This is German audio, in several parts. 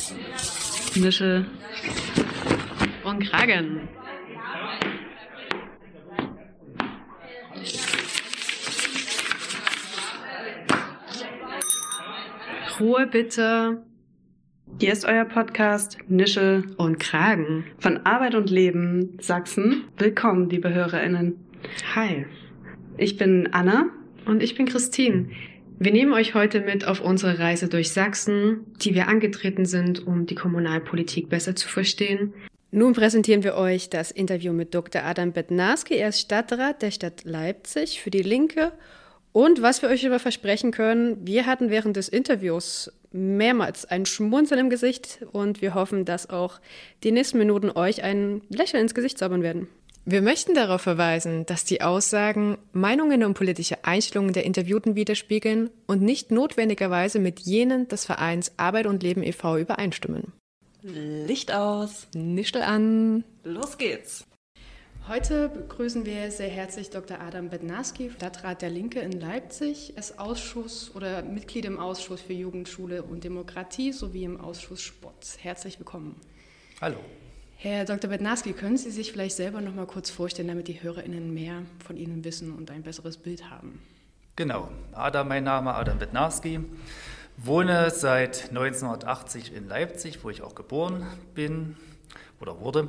Nische und Kragen. Ruhe bitte. Hier ist euer Podcast Nische und Kragen von Arbeit und Leben Sachsen. Willkommen, liebe HörerInnen. Hi, ich bin Anna. Und ich bin Christine. Wir nehmen euch heute mit auf unsere Reise durch Sachsen, die wir angetreten sind, um die Kommunalpolitik besser zu verstehen. Nun präsentieren wir euch das Interview mit Dr. Adam Bednarski. Er ist Stadtrat der Stadt Leipzig für die Linke. Und was wir euch aber versprechen können, wir hatten während des Interviews mehrmals ein Schmunzeln im Gesicht und wir hoffen, dass auch die nächsten Minuten euch ein Lächeln ins Gesicht zaubern werden. Wir möchten darauf verweisen, dass die Aussagen Meinungen und politische Einstellungen der Interviewten widerspiegeln und nicht notwendigerweise mit jenen des Vereins Arbeit und Leben e.V. übereinstimmen. Licht aus. Nischel an. Los geht's. Heute begrüßen wir sehr herzlich Dr. Adam Bednarski, Stadtrat der Linke in Leipzig. Er ist Mitglied im Ausschuss für Jugend, Schule und Demokratie sowie im Ausschuss Sport. Herzlich willkommen. Hallo. Herr Dr. Bednarski, können Sie sich vielleicht selber noch mal kurz vorstellen, damit die HörerInnen mehr von Ihnen wissen und ein besseres Bild haben? Genau, mein Name, Adam Bednarski. Wohne seit 1980 in Leipzig, wo ich auch geboren bin oder wurde.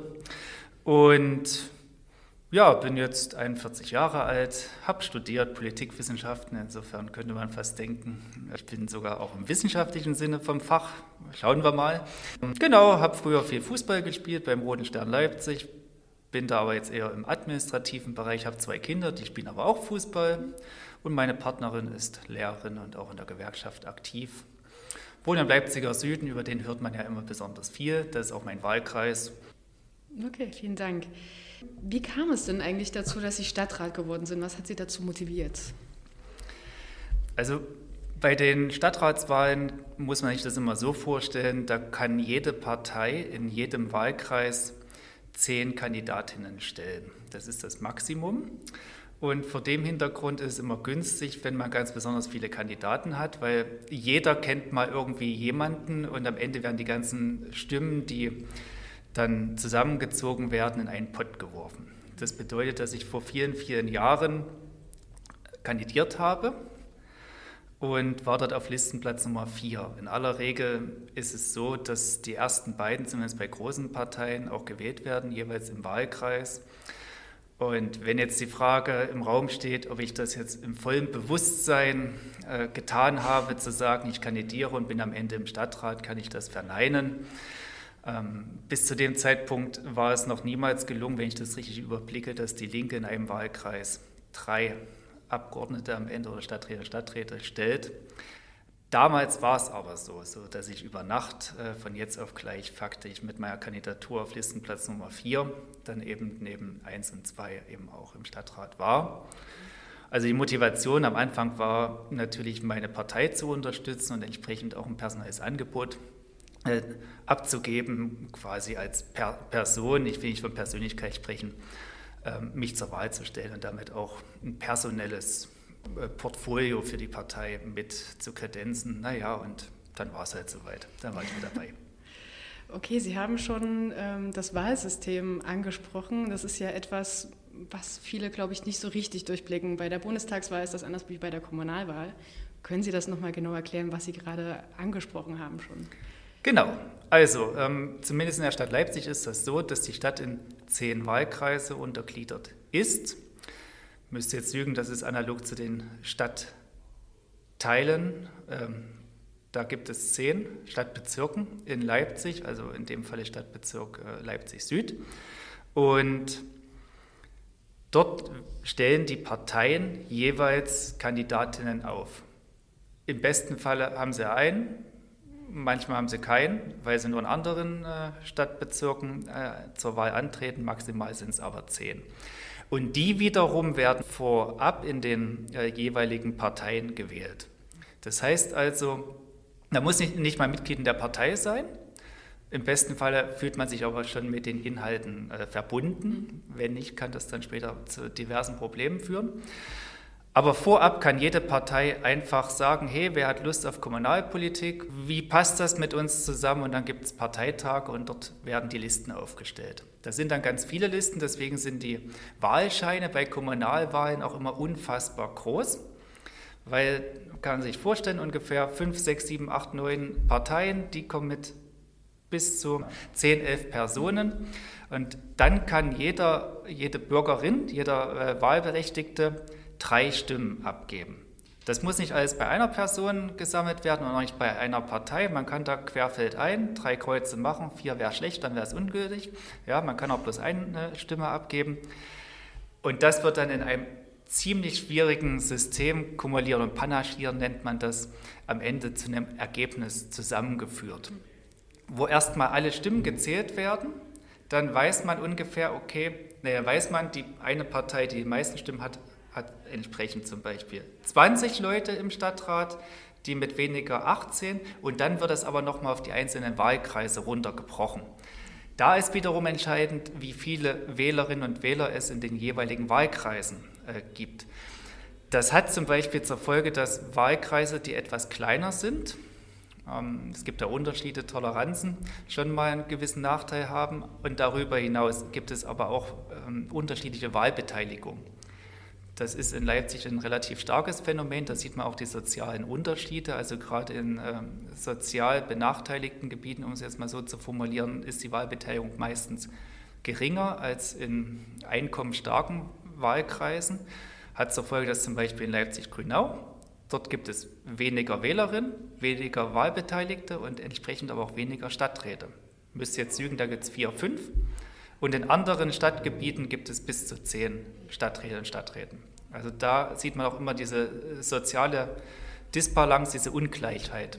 Und ja, bin jetzt 41 Jahre alt, habe studiert Politikwissenschaften, insofern könnte man fast denken, ich bin sogar auch im wissenschaftlichen Sinne vom Fach, schauen wir mal. Genau, habe früher viel Fußball gespielt beim Roten Stern Leipzig, bin da aber jetzt eher im administrativen Bereich, habe 2 Kinder, die spielen aber auch Fußball und meine Partnerin ist Lehrerin und auch in der Gewerkschaft aktiv. Wohne im Leipziger Süden, über den hört man ja immer besonders viel, das ist auch mein Wahlkreis. Okay, vielen Dank. Wie kam es denn eigentlich dazu, dass Sie Stadtrat geworden sind? Was hat Sie dazu motiviert? Also bei den Stadtratswahlen muss man sich das immer so vorstellen, da kann jede Partei in jedem Wahlkreis 10 Kandidatinnen stellen. Das ist das Maximum. Und vor dem Hintergrund ist es immer günstig, wenn man ganz besonders viele Kandidaten hat, weil jeder kennt mal irgendwie jemanden und am Ende werden die ganzen Stimmen, die dann zusammengezogen werden, in einen Pott geworfen. Das bedeutet, dass ich vor vielen, vielen Jahren kandidiert habe und war dort auf Listenplatz Nummer 4. In aller Regel ist es so, dass die ersten beiden, zumindest bei großen Parteien, auch gewählt werden, jeweils im Wahlkreis. Und wenn jetzt die Frage im Raum steht, ob ich das jetzt im vollen Bewusstsein getan habe, zu sagen, ich kandidiere und bin am Ende im Stadtrat, kann ich das verneinen. Bis zu dem Zeitpunkt war es noch niemals gelungen, wenn ich das richtig überblicke, dass die Linke in einem Wahlkreis 3 Abgeordnete am Ende oder Stadträte stellt. Damals war es aber so, dass ich über Nacht von jetzt auf gleich faktisch mit meiner Kandidatur auf Listenplatz Nummer 4 dann eben neben 1 und 2 eben auch im Stadtrat war. Also die Motivation am Anfang war natürlich, meine Partei zu unterstützen und entsprechend auch ein personelles Angebot abzugeben, quasi als Person, ich will nicht von Persönlichkeit sprechen, mich zur Wahl zu stellen und damit auch ein personelles Portfolio für die Partei mit zu kredenzen. Naja, und dann war es halt soweit, dann war ich mit dabei. Okay, Sie haben schon das Wahlsystem angesprochen. Das ist ja etwas, was viele, glaube ich, nicht so richtig durchblicken. Bei der Bundestagswahl ist das anders wie bei der Kommunalwahl. Können Sie das nochmal genau erklären, was Sie gerade angesprochen haben schon? Genau, also zumindest in der Stadt Leipzig ist das so, dass die Stadt in 10 Wahlkreise untergliedert ist. Ich müsste jetzt lügen, das ist analog zu den Stadtteilen. Da gibt es 10 Stadtbezirken in Leipzig, also in dem Falle Stadtbezirk Leipzig Süd. Und dort stellen die Parteien jeweils Kandidatinnen auf. Im besten Falle haben sie einen. Manchmal haben sie keinen, weil sie nur in anderen Stadtbezirken zur Wahl antreten. Maximal sind es aber 10. Und die wiederum werden vorab in den jeweiligen Parteien gewählt. Das heißt also, da muss nicht mal Mitglied in der Partei sein. Im besten Fall fühlt man sich aber schon mit den Inhalten verbunden. Wenn nicht, kann das dann später zu diversen Problemen führen. Aber vorab kann jede Partei einfach sagen, hey, wer hat Lust auf Kommunalpolitik? Wie passt das mit uns zusammen? Und dann gibt es Parteitage und dort werden die Listen aufgestellt. Da sind dann ganz viele Listen, deswegen sind die Wahlscheine bei Kommunalwahlen auch immer unfassbar groß. Weil, kann man sich vorstellen, ungefähr 5, 6, 7, 8, 9 Parteien, die kommen mit bis zu 10, 11 Personen. Und dann kann jede Bürgerin, jeder Wahlberechtigte 3 Stimmen abgeben. Das muss nicht alles bei einer Person gesammelt werden und auch nicht bei einer Partei. Man kann da querfeldein 3 Kreuze machen, 4 wäre schlecht, dann wäre es ungültig. Ja, man kann auch bloß eine Stimme abgeben. Und das wird dann in einem ziemlich schwierigen System, kumulieren und panaschieren nennt man das, am Ende zu einem Ergebnis zusammengeführt. Wo erstmal alle Stimmen gezählt werden, dann weiß man ungefähr, die eine Partei, die meisten Stimmen hat entsprechend zum Beispiel 20 Leute im Stadtrat, die mit weniger 18 und dann wird es aber nochmal auf die einzelnen Wahlkreise runtergebrochen. Da ist wiederum entscheidend, wie viele Wählerinnen und Wähler es in den jeweiligen Wahlkreisen gibt. Das hat zum Beispiel zur Folge, dass Wahlkreise, die etwas kleiner sind, es gibt da Unterschiede, Toleranzen, schon mal einen gewissen Nachteil haben und darüber hinaus gibt es aber auch unterschiedliche Wahlbeteiligung. Das ist in Leipzig ein relativ starkes Phänomen, da sieht man auch die sozialen Unterschiede, also gerade in sozial benachteiligten Gebieten, um es jetzt mal so zu formulieren, ist die Wahlbeteiligung meistens geringer als in einkommensstarken Wahlkreisen. Hat zur Folge, dass zum Beispiel in Leipzig-Grünau, dort gibt es weniger Wählerinnen, weniger Wahlbeteiligte und entsprechend aber auch weniger Stadträte. Müsst ihr jetzt lügen, da gibt es 4, 5. Und in anderen Stadtgebieten gibt es bis zu 10 Stadträte und Stadträten. Also da sieht man auch immer diese soziale Disbalance, diese Ungleichheit.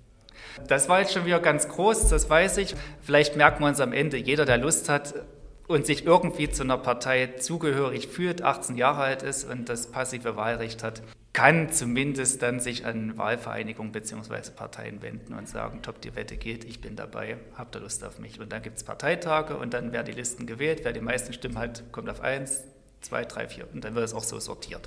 Das war jetzt schon wieder ganz groß, das weiß ich. Vielleicht merken wir uns am Ende, jeder, der Lust hat und sich irgendwie zu einer Partei zugehörig fühlt, 18 Jahre alt ist und das passive Wahlrecht hat, kann zumindest dann sich an Wahlvereinigungen bzw. Parteien wenden und sagen, top, die Wette gilt, ich bin dabei, habt ihr Lust auf mich? Und dann gibt es Parteitage und dann werden die Listen gewählt, wer die meisten Stimmen hat, kommt auf 1, 2, 3, 4 und dann wird es auch so sortiert.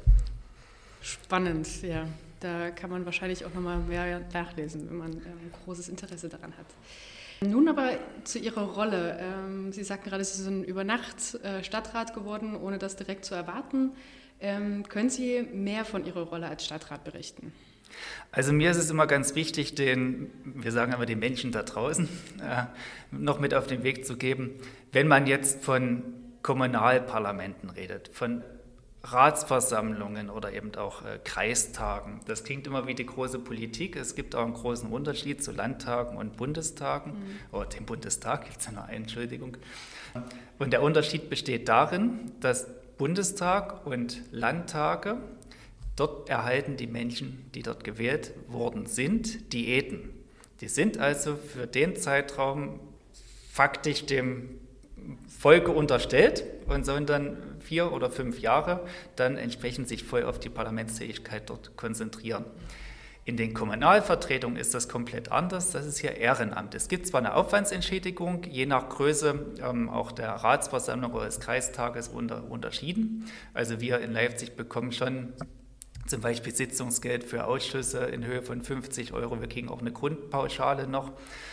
Spannend, ja. Da kann man wahrscheinlich auch nochmal mehr nachlesen, wenn man großes Interesse daran hat. Nun aber zu Ihrer Rolle. Sie sagten gerade, Sie sind über Nacht Stadtrat geworden, ohne das direkt zu erwarten. Können Sie mehr von Ihrer Rolle als Stadtrat berichten? Also mir ist es immer ganz wichtig, wir sagen aber den Menschen da draußen, noch mit auf den Weg zu geben, wenn man jetzt von Kommunalparlamenten redet, von Ratsversammlungen oder eben auch Kreistagen. Das klingt immer wie die große Politik. Es gibt auch einen großen Unterschied zu Landtagen und Bundestagen. Oder dem Bundestag gibt es ja noch eine, Entschuldigung. Und der Unterschied besteht darin, dass Bundestag und Landtage, dort erhalten die Menschen, die dort gewählt worden sind, Diäten. Die sind also für den Zeitraum faktisch dem Volke unterstellt und sollen dann 4 oder 5 Jahre dann entsprechend sich voll auf die Parlamentstätigkeit dort konzentrieren. In den Kommunalvertretungen ist das komplett anders, das ist hier Ehrenamt. Es gibt zwar eine Aufwandsentschädigung, je nach Größe auch der Ratsversammlung oder des Kreistages unterschieden. Also wir in Leipzig bekommen schon zum Beispiel Sitzungsgeld für Ausschüsse in Höhe von 50 €, wir kriegen auch eine Grundpauschale noch.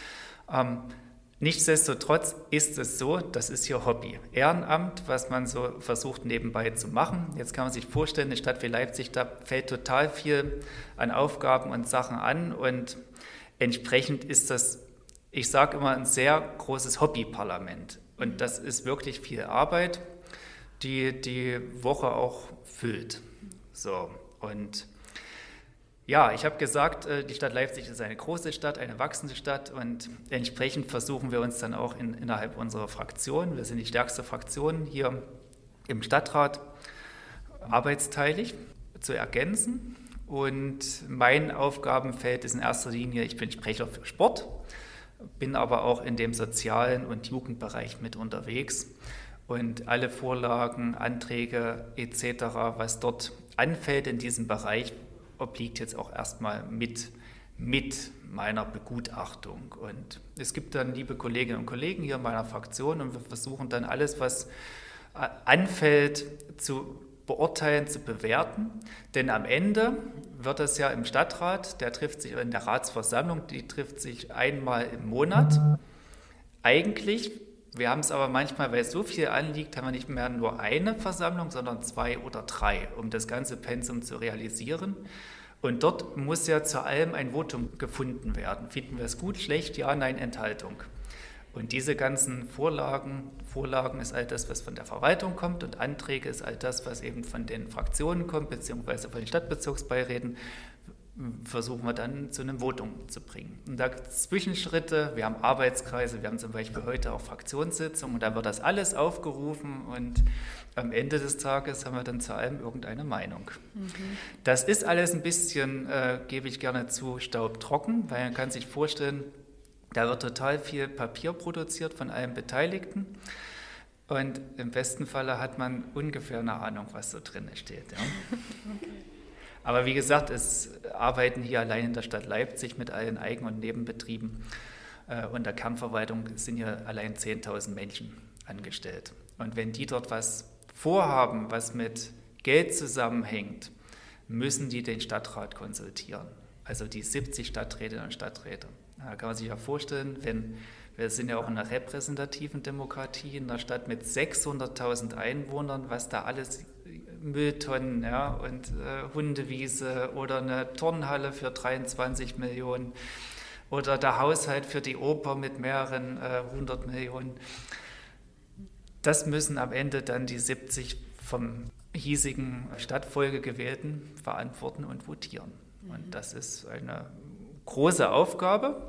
Nichtsdestotrotz ist es so, das ist hier Hobby. Ehrenamt, was man so versucht nebenbei zu machen. Jetzt kann man sich vorstellen, eine Stadt wie Leipzig, da fällt total viel an Aufgaben und Sachen an und entsprechend ist das, ich sage immer, ein sehr großes Hobbyparlament. Und das ist wirklich viel Arbeit, die die Woche auch füllt. So, und ja, ich habe gesagt, die Stadt Leipzig ist eine große Stadt, eine wachsende Stadt und entsprechend versuchen wir uns dann auch innerhalb unserer Fraktion, wir sind die stärkste Fraktion hier im Stadtrat, arbeitsteilig zu ergänzen. Und mein Aufgabenfeld ist in erster Linie, ich bin Sprecher für Sport, bin aber auch in dem sozialen und Jugendbereich mit unterwegs. Und alle Vorlagen, Anträge etc., was dort anfällt in diesem Bereich, obliegt jetzt auch erstmal mit meiner Begutachtung. Und es gibt dann liebe Kolleginnen und Kollegen hier in meiner Fraktion und wir versuchen dann alles, was anfällt, zu beurteilen, zu bewerten. Denn am Ende wird es ja im Stadtrat, der trifft sich in der Ratsversammlung, die trifft sich einmal im Monat. Eigentlich, wir haben es aber manchmal, weil es so viel anliegt, haben wir nicht mehr nur eine Versammlung, sondern 2 oder 3, um das ganze Pensum zu realisieren. Und dort muss ja zu allem ein Votum gefunden werden. Finden wir es gut, schlecht, ja, nein, Enthaltung. Und diese ganzen Vorlagen ist all das, was von der Verwaltung kommt, und Anträge ist all das, was eben von den Fraktionen kommt, beziehungsweise von den Stadtbezirksbeiräten, versuchen wir dann zu einem Votum zu bringen. Und da gibt es Zwischenschritte, wir haben Arbeitskreise, wir haben zum Beispiel heute auch Fraktionssitzungen, und da wird das alles aufgerufen, und am Ende des Tages haben wir dann zu allem irgendeine Meinung. Das ist alles ein bisschen, gebe ich gerne zu, staubtrocken, weil man kann sich vorstellen, da wird total viel Papier produziert von allen Beteiligten, und im besten Falle hat man ungefähr eine Ahnung, was so drin steht. Ja. Okay. Aber wie gesagt, es arbeiten hier allein in der Stadt Leipzig mit allen Eigen- und Nebenbetrieben und der Kernverwaltung sind hier allein 10.000 Menschen angestellt. Und wenn die dort was vorhaben, was mit Geld zusammenhängt, müssen die den Stadtrat konsultieren. Also die 70 Stadträtinnen und Stadträte. Da kann man sich ja vorstellen, wir sind ja auch in einer repräsentativen Demokratie, in einer Stadt mit 600.000 Einwohnern, was da alles, Mülltonnen, ja, und Hundewiese oder eine Turnhalle für 23 Millionen oder der Haushalt für die Oper mit mehreren 100 Millionen. Das müssen am Ende dann die 70 vom hiesigen Stadtfolge gewählten verantworten und votieren. Und das ist eine große Aufgabe,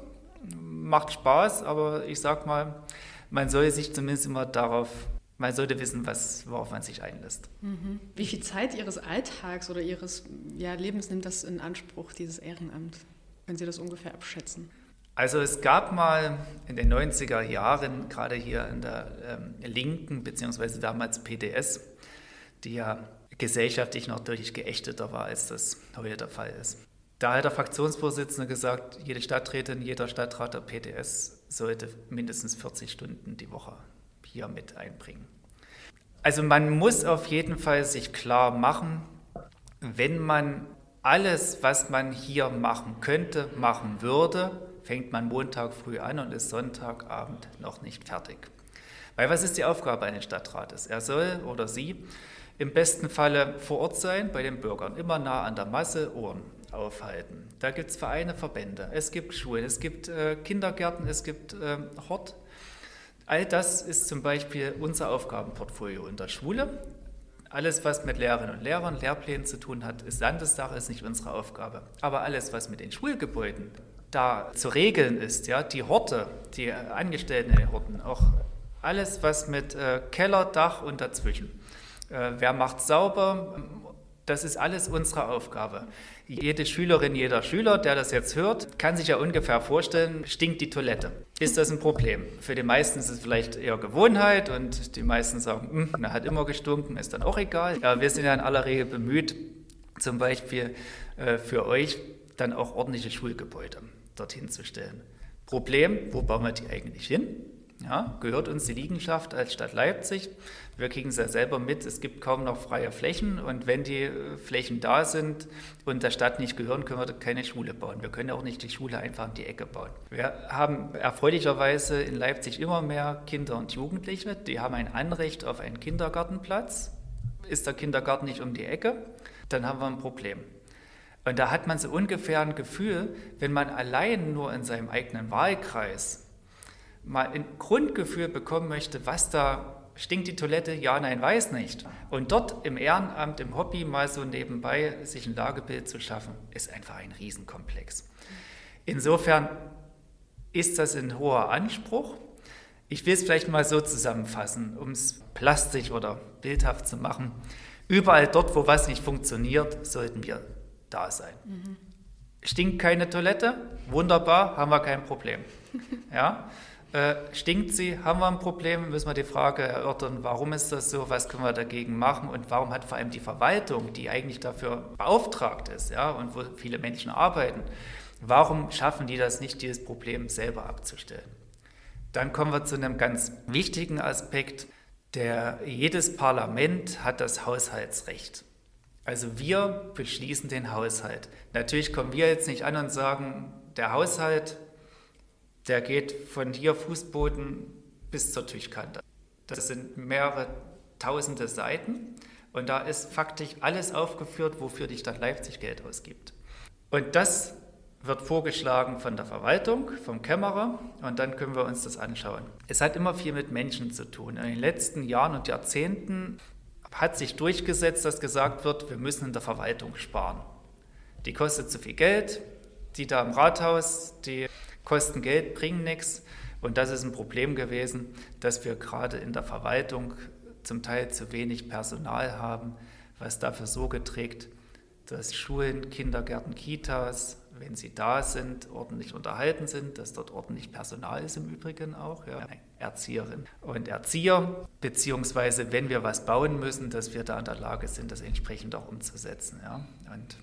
macht Spaß, aber ich sag mal, man soll sich zumindest immer man sollte wissen, worauf man sich einlässt. Wie viel Zeit Ihres Alltags oder Ihres Lebens nimmt das in Anspruch, dieses Ehrenamt? Können Sie das ungefähr abschätzen? Also es gab mal in den 90er Jahren, gerade hier in der Linken, beziehungsweise damals PDS, die ja gesellschaftlich noch deutlich geächteter war, als das heute der Fall ist. Da hat der Fraktionsvorsitzende gesagt, jede Stadträtin, jeder Stadtrat der PDS sollte mindestens 40 Stunden die Woche hier mit einbringen. Also man muss auf jeden Fall sich klar machen, wenn man alles, was man hier machen könnte, machen würde, fängt man Montag früh an und ist Sonntagabend noch nicht fertig. Weil was ist die Aufgabe eines Stadtrates? Er soll oder sie im besten Falle vor Ort sein, bei den Bürgern, immer nah an der Masse, Ohren aufhalten. Da gibt es Vereine, Verbände, es gibt Schulen, es gibt Kindergärten, es gibt Hort. All das ist zum Beispiel unser Aufgabenportfolio in der Schule. Alles, was mit Lehrerinnen und Lehrern, Lehrplänen zu tun hat, ist Landessache, ist nicht unsere Aufgabe. Aber alles, was mit den Schulgebäuden da zu regeln ist, ja, die Horte, die Angestellten in den Horten, auch alles, was mit Keller, Dach und dazwischen. Wer macht sauber? Das ist alles unsere Aufgabe. Jede Schülerin, jeder Schüler, der das jetzt hört, kann sich ja ungefähr vorstellen, stinkt die Toilette. Ist das ein Problem? Für die meisten ist es vielleicht eher Gewohnheit und die meisten sagen, hat immer gestunken, ist dann auch egal. Ja, wir sind ja in aller Regel bemüht, zum Beispiel für euch dann auch ordentliche Schulgebäude dorthin zu stellen. Problem, wo bauen wir die eigentlich hin? Ja, gehört uns die Liegenschaft als Stadt Leipzig. Wir kriegen es ja selber mit, es gibt kaum noch freie Flächen und wenn die Flächen da sind und der Stadt nicht gehören, können wir keine Schule bauen. Wir können auch nicht die Schule einfach in die Ecke bauen. Wir haben erfreulicherweise in Leipzig immer mehr Kinder und Jugendliche, die haben ein Anrecht auf einen Kindergartenplatz. Ist der Kindergarten nicht um die Ecke, dann haben wir ein Problem. Und da hat man so ungefähr ein Gefühl, wenn man allein nur in seinem eigenen Wahlkreis mal ein Grundgefühl bekommen möchte, was da stinkt die Toilette, ja, nein, weiß nicht. Und dort im Ehrenamt, im Hobby mal so nebenbei sich ein Lagebild zu schaffen, ist einfach ein Riesenkomplex. Insofern ist das ein hoher Anspruch. Ich will es vielleicht mal so zusammenfassen, um es plastisch oder bildhaft zu machen. Überall dort, wo was nicht funktioniert, sollten wir da sein. Stinkt keine Toilette? Wunderbar, haben wir kein Problem. Ja? Stinkt sie, haben wir ein Problem, müssen wir die Frage erörtern, warum ist das so, was können wir dagegen machen und warum hat vor allem die Verwaltung, die eigentlich dafür beauftragt ist, ja, und wo viele Menschen arbeiten, warum schaffen die das nicht, dieses Problem selber abzustellen? Dann kommen wir zu einem ganz wichtigen Aspekt. Jedes Parlament hat das Haushaltsrecht. Also wir beschließen den Haushalt. Natürlich kommen wir jetzt nicht an und sagen, der Haushalt, der geht von hier Fußboden bis zur Tischkante. Das sind mehrere tausende Seiten und da ist faktisch alles aufgeführt, wofür die Stadt Leipzig Geld ausgibt. Und das wird vorgeschlagen von der Verwaltung, vom Kämmerer und dann können wir uns das anschauen. Es hat immer viel mit Menschen zu tun. In den letzten Jahren und Jahrzehnten hat sich durchgesetzt, dass gesagt wird, wir müssen in der Verwaltung sparen. Die kostet zu viel Geld, die da im Rathaus, die kosten Geld, bringen nichts. Und das ist ein Problem gewesen, dass wir gerade in der Verwaltung zum Teil zu wenig Personal haben, was dafür Sorge trägt, dass Schulen, Kindergärten, Kitas, wenn sie da sind, ordentlich unterhalten sind, dass dort ordentlich Personal ist im Übrigen auch, ja. Erzieherinnen und Erzieher, beziehungsweise wenn wir was bauen müssen, dass wir da in der Lage sind, das entsprechend auch umzusetzen. Ja. Und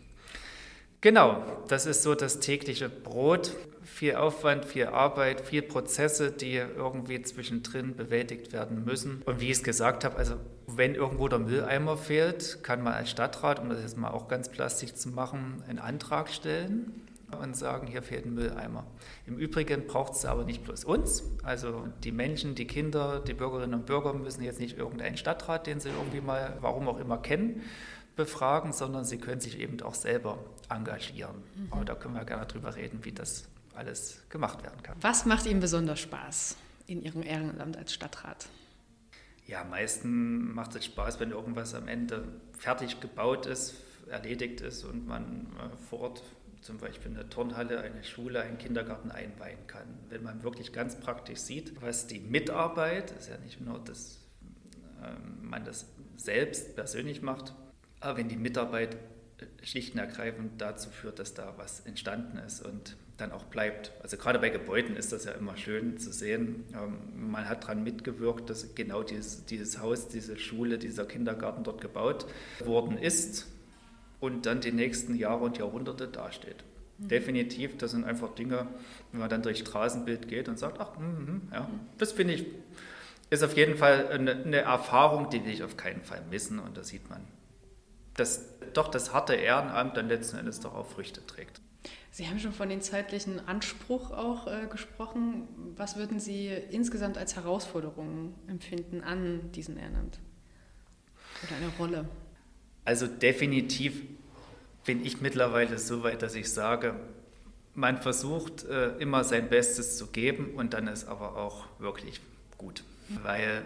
genau, das ist so das tägliche Brot, viel Aufwand, viel Arbeit, viel Prozesse, die irgendwie zwischendrin bewältigt werden müssen. Und wie ich es gesagt habe, also wenn irgendwo der Mülleimer fehlt, kann man als Stadtrat, um das jetzt mal auch ganz plastisch zu machen, einen Antrag stellen und sagen, hier fehlt ein Mülleimer. Im Übrigen braucht es aber nicht bloß uns, also die Menschen, die Kinder, die Bürgerinnen und Bürger müssen jetzt nicht irgendeinen Stadtrat, den sie irgendwie mal, warum auch immer, kennen, befragen, sondern sie können sich eben auch selber engagieren. Aber da können wir gerne drüber reden, wie das alles gemacht werden kann. Was macht Ihnen besonders Spaß in Ihrem Ehrenamt als Stadtrat? Ja, am meisten macht es Spaß, wenn irgendwas am Ende fertig gebaut ist, erledigt ist und man vor Ort zum Beispiel eine Turnhalle, eine Schule, einen Kindergarten einweihen kann. Wenn man wirklich ganz praktisch sieht, was die Mitarbeit, ist ja nicht nur, dass man das selbst persönlich macht, aber wenn die Mitarbeit schlicht und ergreifend dazu führt, dass da was entstanden ist und dann auch bleibt. Also gerade bei Gebäuden ist das ja immer schön zu sehen. Man hat daran mitgewirkt, dass genau dieses Haus, diese Schule, dieser Kindergarten dort gebaut worden ist und dann die nächsten Jahre und Jahrhunderte dasteht. Definitiv, das sind einfach Dinge, wenn man dann durch Straßenbild geht und sagt, ja, das finde ich, ist auf jeden Fall eine Erfahrung, die will ich auf keinen Fall missen und da sieht man, dass doch das harte Ehrenamt dann letzten Endes doch auch Früchte trägt. Sie haben schon von dem zeitlichen Anspruch auch gesprochen. Was würden Sie insgesamt als Herausforderungen empfinden an diesem Ehrenamt oder eine Rolle? Also definitiv bin ich mittlerweile so weit, dass ich sage, man versucht immer sein Bestes zu geben und dann ist aber auch wirklich gut. Weil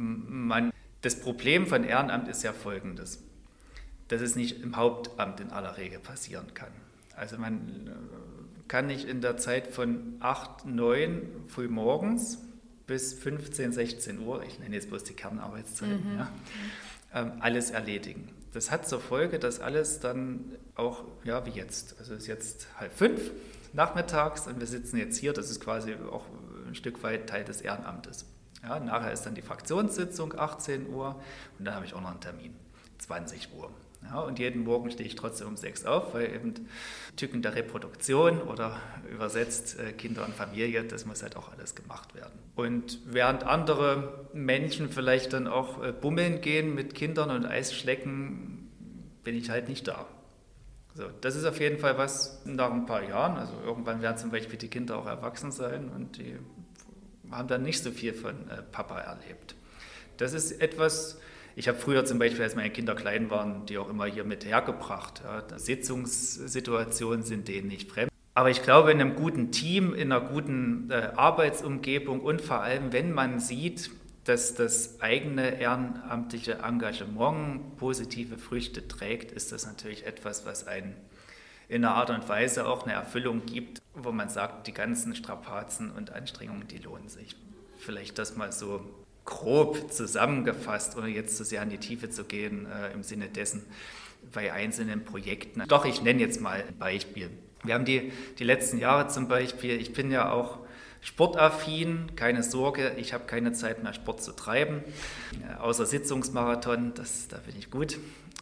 das Problem von Ehrenamt ist ja folgendes, dass es nicht im Hauptamt in aller Regel passieren kann. Also man kann nicht in der Zeit von 8, 9 früh morgens bis 15, 16 Uhr, ich nenne jetzt bloß die Kernarbeitszeiten, alles erledigen. Das hat zur Folge, dass alles dann auch, ja wie jetzt, also es ist jetzt 4:30 nachmittags und wir sitzen jetzt hier, das ist quasi auch ein Stück weit Teil des Ehrenamtes. Ja, nachher ist dann die Fraktionssitzung, 18 Uhr und dann habe ich auch noch einen Termin, 20 Uhr. Ja, und jeden Morgen stehe ich trotzdem um 6 auf, weil eben Tücken der Reproduktion oder übersetzt Kinder und Familie, das muss halt auch alles gemacht werden. Und während andere Menschen vielleicht dann auch bummeln gehen mit Kindern und Eisschlecken, bin ich halt nicht da. So, das ist auf jeden Fall was nach ein paar Jahren, also irgendwann werden zum Beispiel die Kinder auch erwachsen sein und die haben dann nicht so viel von Papa erlebt. Das ist etwas. Ich habe früher zum Beispiel, als meine Kinder klein waren, die auch immer hier mit hergebracht. Ja, Sitzungssituationen sind denen nicht fremd. Aber ich glaube, in einem guten Team, in einer guten Arbeitsumgebung und vor allem, wenn man sieht, dass das eigene ehrenamtliche Engagement positive Früchte trägt, ist das natürlich etwas, was einen in einer Art und Weise auch eine Erfüllung gibt, wo man sagt, die ganzen Strapazen und Anstrengungen, die lohnen sich. Vielleicht das mal so grob zusammengefasst, ohne jetzt zu sehr in die Tiefe zu gehen, im Sinne dessen, bei einzelnen Projekten. Doch, ich nenne jetzt mal ein Beispiel. Wir haben die letzten Jahre zum Beispiel, ich bin ja auch sportaffin, keine Sorge, ich habe keine Zeit mehr Sport zu treiben, außer Sitzungsmarathon, da bin ich gut.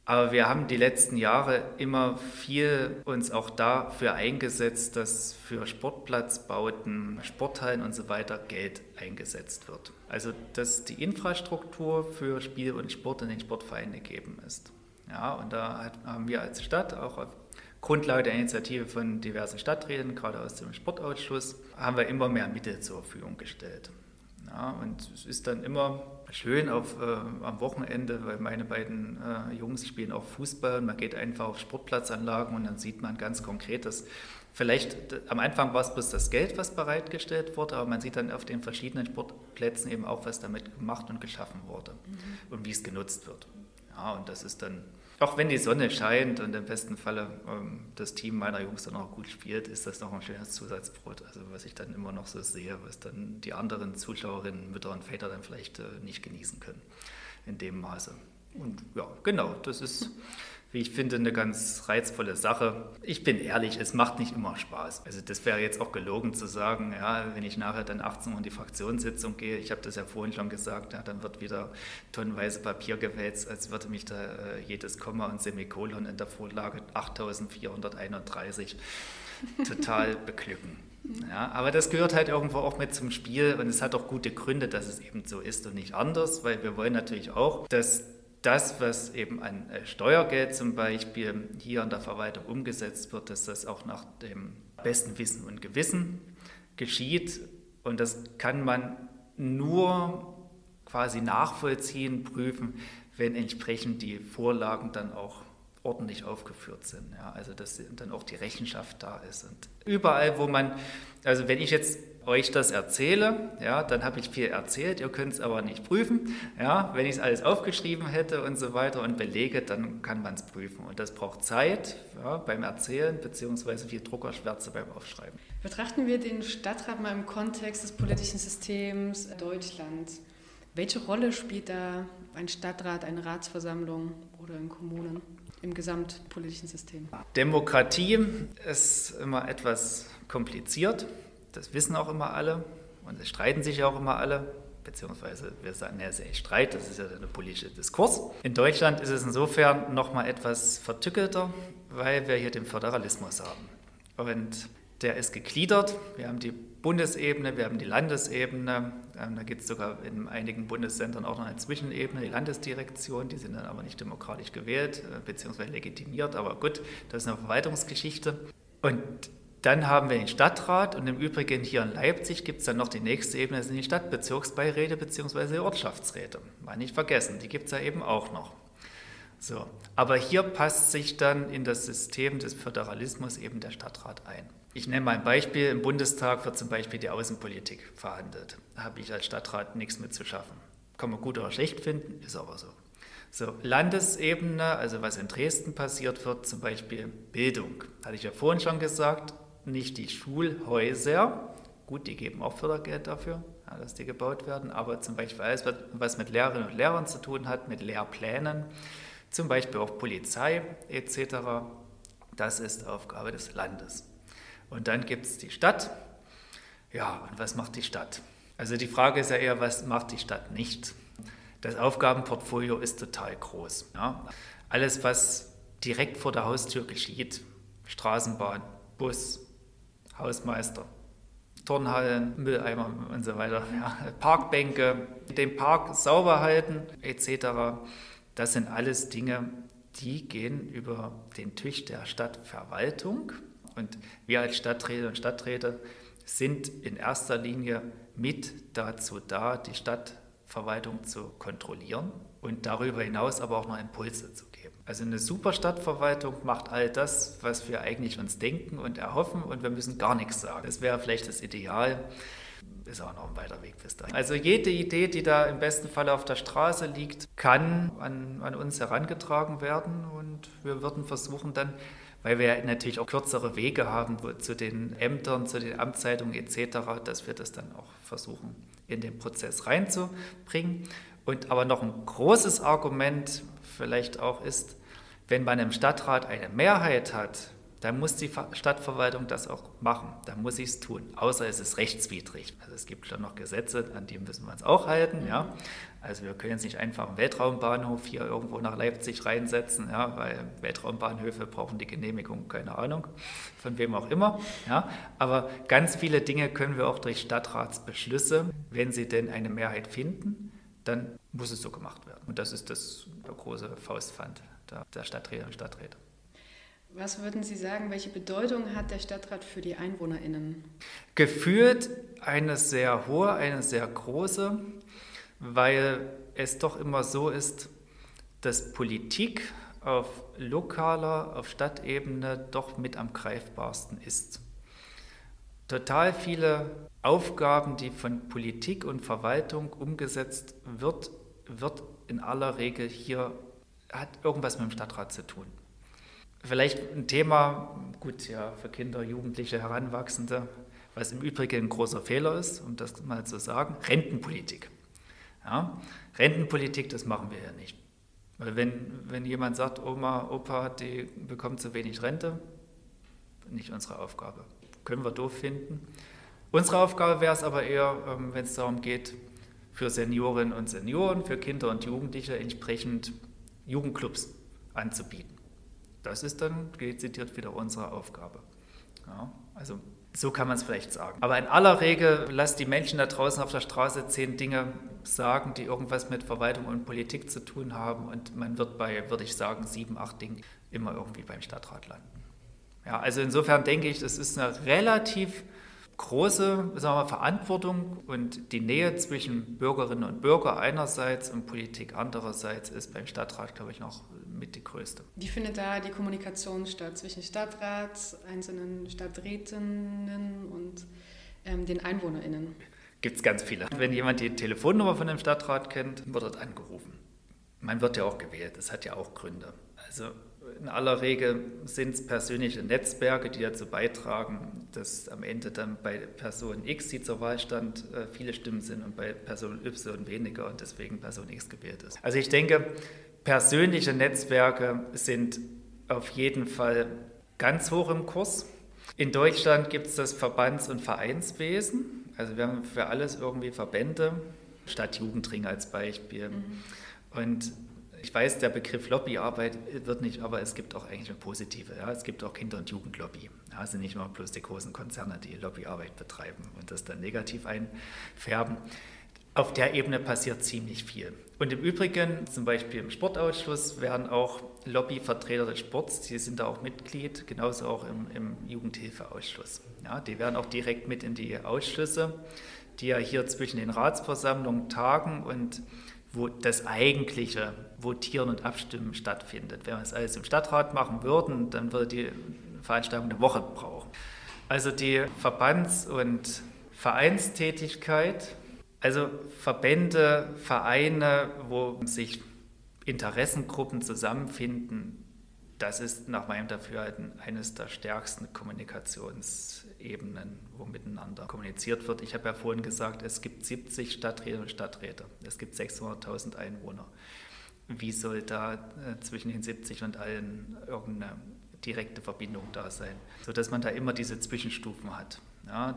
Aber wir haben die letzten Jahre immer viel uns auch dafür eingesetzt, dass für Sportplatzbauten, Sporthallen und so weiter Geld eingesetzt wird. Also dass die Infrastruktur für Spiel und Sport in den Sportvereinen gegeben ist. Ja, und da haben wir als Stadt auch auf Grundlage der Initiative von diversen Stadträten, gerade aus dem Sportausschuss, haben wir immer mehr Mittel zur Verfügung gestellt. Ja, und es ist dann immer schön am Wochenende, weil meine beiden Jungs spielen auch Fußball und man geht einfach auf Sportplatzanlagen und dann sieht man ganz konkret, dass vielleicht am Anfang war es bloß das Geld, was bereitgestellt wurde, aber man sieht dann auf den verschiedenen Sportplätzen eben auch, was damit gemacht und geschaffen wurde und wie es genutzt wird. Ja, und das ist dann, auch wenn die Sonne scheint und im besten Falle das Team meiner Jungs dann auch gut spielt, ist das noch ein schönes Zusatzbrot. Also was ich dann immer noch so sehe, was dann die anderen Zuschauerinnen, Mütter und Väter dann vielleicht nicht genießen können in dem Maße. Und ja, genau, das ist, wie ich finde, eine ganz reizvolle Sache. Ich bin ehrlich, es macht nicht immer Spaß. Also das wäre jetzt auch gelogen zu sagen, ja, wenn ich nachher dann 18 Uhr in die Fraktionssitzung gehe, ich habe das ja vorhin schon gesagt, ja, dann wird wieder tonnenweise Papier gewälzt, als würde mich da jedes Komma und Semikolon in der Vorlage 8431 total beglücken. Ja, aber das gehört halt irgendwo auch mit zum Spiel und es hat auch gute Gründe, dass es eben so ist und nicht anders, weil wir wollen natürlich auch, dass das, was eben an Steuergeld zum Beispiel hier in der Verwaltung umgesetzt wird, dass das auch nach dem besten Wissen und Gewissen geschieht. Und das kann man nur quasi nachvollziehen, prüfen, wenn entsprechend die Vorlagen dann auch ordentlich aufgeführt sind. Ja, also dass dann auch die Rechenschaft da ist. Und überall, wo man, also wenn ich jetzt euch das erzähle, ja, dann habe ich viel erzählt, ihr könnt es aber nicht prüfen. Ja, wenn ich es alles aufgeschrieben hätte und so weiter und belege, dann kann man es prüfen. Und das braucht Zeit, ja, beim Erzählen beziehungsweise viel Druckerschwärze beim Aufschreiben. Betrachten wir den Stadtrat mal im Kontext des politischen Systems Deutschlands. Welche Rolle spielt da ein Stadtrat, eine Ratsversammlung oder in Kommunen im gesamtpolitischen System? Demokratie ist immer etwas kompliziert. Das wissen auch immer alle und es streiten sich auch immer alle, beziehungsweise wir sagen, ja, Streit, das ist ja der politische Diskurs. In Deutschland ist es insofern nochmal etwas vertückelter, weil wir hier den Föderalismus haben. Und der ist gegliedert. Wir haben die Bundesebene, wir haben die Landesebene. Da gibt es sogar in einigen Bundesländern auch noch eine Zwischenebene, die Landesdirektion. Die sind dann aber nicht demokratisch gewählt, beziehungsweise legitimiert. Aber gut, das ist eine Verwaltungsgeschichte. Und dann haben wir den Stadtrat und im Übrigen hier in Leipzig gibt es dann noch die nächste Ebene, das sind die Stadtbezirksbeiräte bzw. Ortschaftsräte. Mal nicht vergessen, die gibt es ja eben auch noch. So. Aber hier passt sich dann in das System des Föderalismus eben der Stadtrat ein. Ich nenne mal ein Beispiel, im Bundestag wird zum Beispiel die Außenpolitik verhandelt. Da habe ich als Stadtrat nichts mit zu schaffen. Kann man gut oder schlecht finden, ist aber so. So, Landesebene, also was in Dresden passiert wird, zum Beispiel Bildung. Hatte ich ja vorhin schon gesagt, nicht die Schulhäuser, gut, die geben auch Fördergeld dafür, ja, dass die gebaut werden, aber zum Beispiel alles, was mit Lehrerinnen und Lehrern zu tun hat, mit Lehrplänen, zum Beispiel auch Polizei etc., das ist Aufgabe des Landes. Und dann gibt es die Stadt. Ja, und was macht die Stadt? Also die Frage ist ja eher, was macht die Stadt nicht? Das Aufgabenportfolio ist total groß. Ja. Alles, was direkt vor der Haustür geschieht, Straßenbahn, Bus, Hausmeister, Turnhallen, Mülleimer und so weiter, ja, Parkbänke, den Park sauber halten etc., das sind alles Dinge, die gehen über den Tisch der Stadtverwaltung. Und wir als Stadträte und Stadträte sind in erster Linie mit dazu da, die Stadtverwaltung zu kontrollieren und darüber hinaus aber auch noch Impulse zu geben. Also eine super Stadtverwaltung macht all das, was wir eigentlich uns denken und erhoffen und wir müssen gar nichts sagen. Das wäre vielleicht das Ideal, ist auch noch ein weiter Weg bis dahin. Also jede Idee, die da im besten Fall auf der Straße liegt, kann an uns herangetragen werden und wir würden versuchen dann, weil wir ja natürlich auch kürzere Wege haben zu den Ämtern, zu den Amtszeitungen etc., dass wir das dann auch versuchen, in den Prozess reinzubringen. Und aber noch ein großes Argument vielleicht auch ist, wenn man im Stadtrat eine Mehrheit hat, dann muss die Stadtverwaltung das auch machen. Dann muss sie es tun, außer es ist rechtswidrig. Also es gibt schon noch Gesetze, an die müssen wir uns auch halten. Ja? Also wir können jetzt nicht einfach einen Weltraumbahnhof hier irgendwo nach Leipzig reinsetzen, ja? Weil Weltraumbahnhöfe brauchen die Genehmigung, keine Ahnung, von wem auch immer. Ja? Aber ganz viele Dinge können wir auch durch Stadtratsbeschlüsse, wenn sie denn eine Mehrheit finden, dann muss es so gemacht werden. Und das ist der große Faustpfand der Stadträte und Stadträte. Was würden Sie sagen, welche Bedeutung hat der Stadtrat für die EinwohnerInnen? Gefühlt eine sehr hohe, eine sehr große, weil es doch immer so ist, dass Politik auf lokaler, auf Stadtebene doch mit am greifbarsten ist. Total viele Aufgaben, die von Politik und Verwaltung umgesetzt wird in aller Regel hier, hat irgendwas mit dem Stadtrat zu tun. Vielleicht ein Thema, gut, ja, für Kinder, Jugendliche, Heranwachsende, was im Übrigen ein großer Fehler ist, um das mal zu sagen, Rentenpolitik. Ja, Rentenpolitik, das machen wir ja nicht. Weil wenn jemand sagt, Oma, Opa, die bekommen zu wenig Rente, nicht unsere Aufgabe. Können wir doof finden. Unsere Aufgabe wäre es aber eher, wenn es darum geht, für Seniorinnen und Senioren, für Kinder und Jugendliche entsprechend Jugendclubs anzubieten. Das ist dann dezidiert wieder unsere Aufgabe. Ja, also so kann man es vielleicht sagen. Aber in aller Regel lasst die Menschen da draußen auf der Straße 10 Dinge sagen, die irgendwas mit Verwaltung und Politik zu tun haben. Und man wird bei, würde ich sagen, 7, 8 Dingen immer irgendwie beim Stadtrat landen. Ja, also insofern denke ich, das ist eine relativ große, sagen wir, Verantwortung und die Nähe zwischen Bürgerinnen und Bürgern einerseits und Politik andererseits ist beim Stadtrat, glaube ich, noch mit die größte. Wie findet da die Kommunikation statt zwischen Stadtrat, einzelnen Stadträtinnen und den EinwohnerInnen? Gibt es ganz viele. Wenn jemand die Telefonnummer von dem Stadtrat kennt, wird dort angerufen. Man wird ja auch gewählt, das hat ja auch Gründe. Also in aller Regel sind es persönliche Netzwerke, die dazu beitragen, dass am Ende dann bei Person X, die zur Wahl stand, viele Stimmen sind und bei Person Y weniger und deswegen Person X gewählt ist. Also ich denke, persönliche Netzwerke sind auf jeden Fall ganz hoch im Kurs. In Deutschland gibt es das Verbands- und Vereinswesen. Also wir haben für alles irgendwie Verbände, Stadtjugendring als Beispiel. Und ich weiß, der Begriff Lobbyarbeit wird nicht, aber es gibt auch eigentlich eine positive. Ja? Es gibt auch Kinder- und Jugendlobby. Ja, es sind nicht immer bloß die großen Konzerne, die Lobbyarbeit betreiben und das dann negativ einfärben. Auf der Ebene passiert ziemlich viel. Und im Übrigen, zum Beispiel im Sportausschuss, werden auch Lobbyvertreter des Sports, die sind da auch Mitglied, genauso auch im Jugendhilfeausschuss. Ja, die werden auch direkt mit in die Ausschüsse, die ja hier zwischen den Ratsversammlungen tagen und wo das eigentliche Votieren und Abstimmen stattfindet. Wenn wir es alles im Stadtrat machen würden, dann würde die Veranstaltung eine Woche brauchen. Also die Verbands- und Vereinstätigkeit, also Verbände, Vereine, wo sich Interessengruppen zusammenfinden, das ist nach meinem Dafürhalten eines der stärksten Kommunikationsebenen, wo miteinander kommuniziert wird. Ich habe ja vorhin gesagt, es gibt 70 Stadträte und Stadträte, es gibt 600.000 Einwohner. Wie soll da zwischen den 70 und allen irgendeine direkte Verbindung da sein, sodass man da immer diese Zwischenstufen hat. Ja,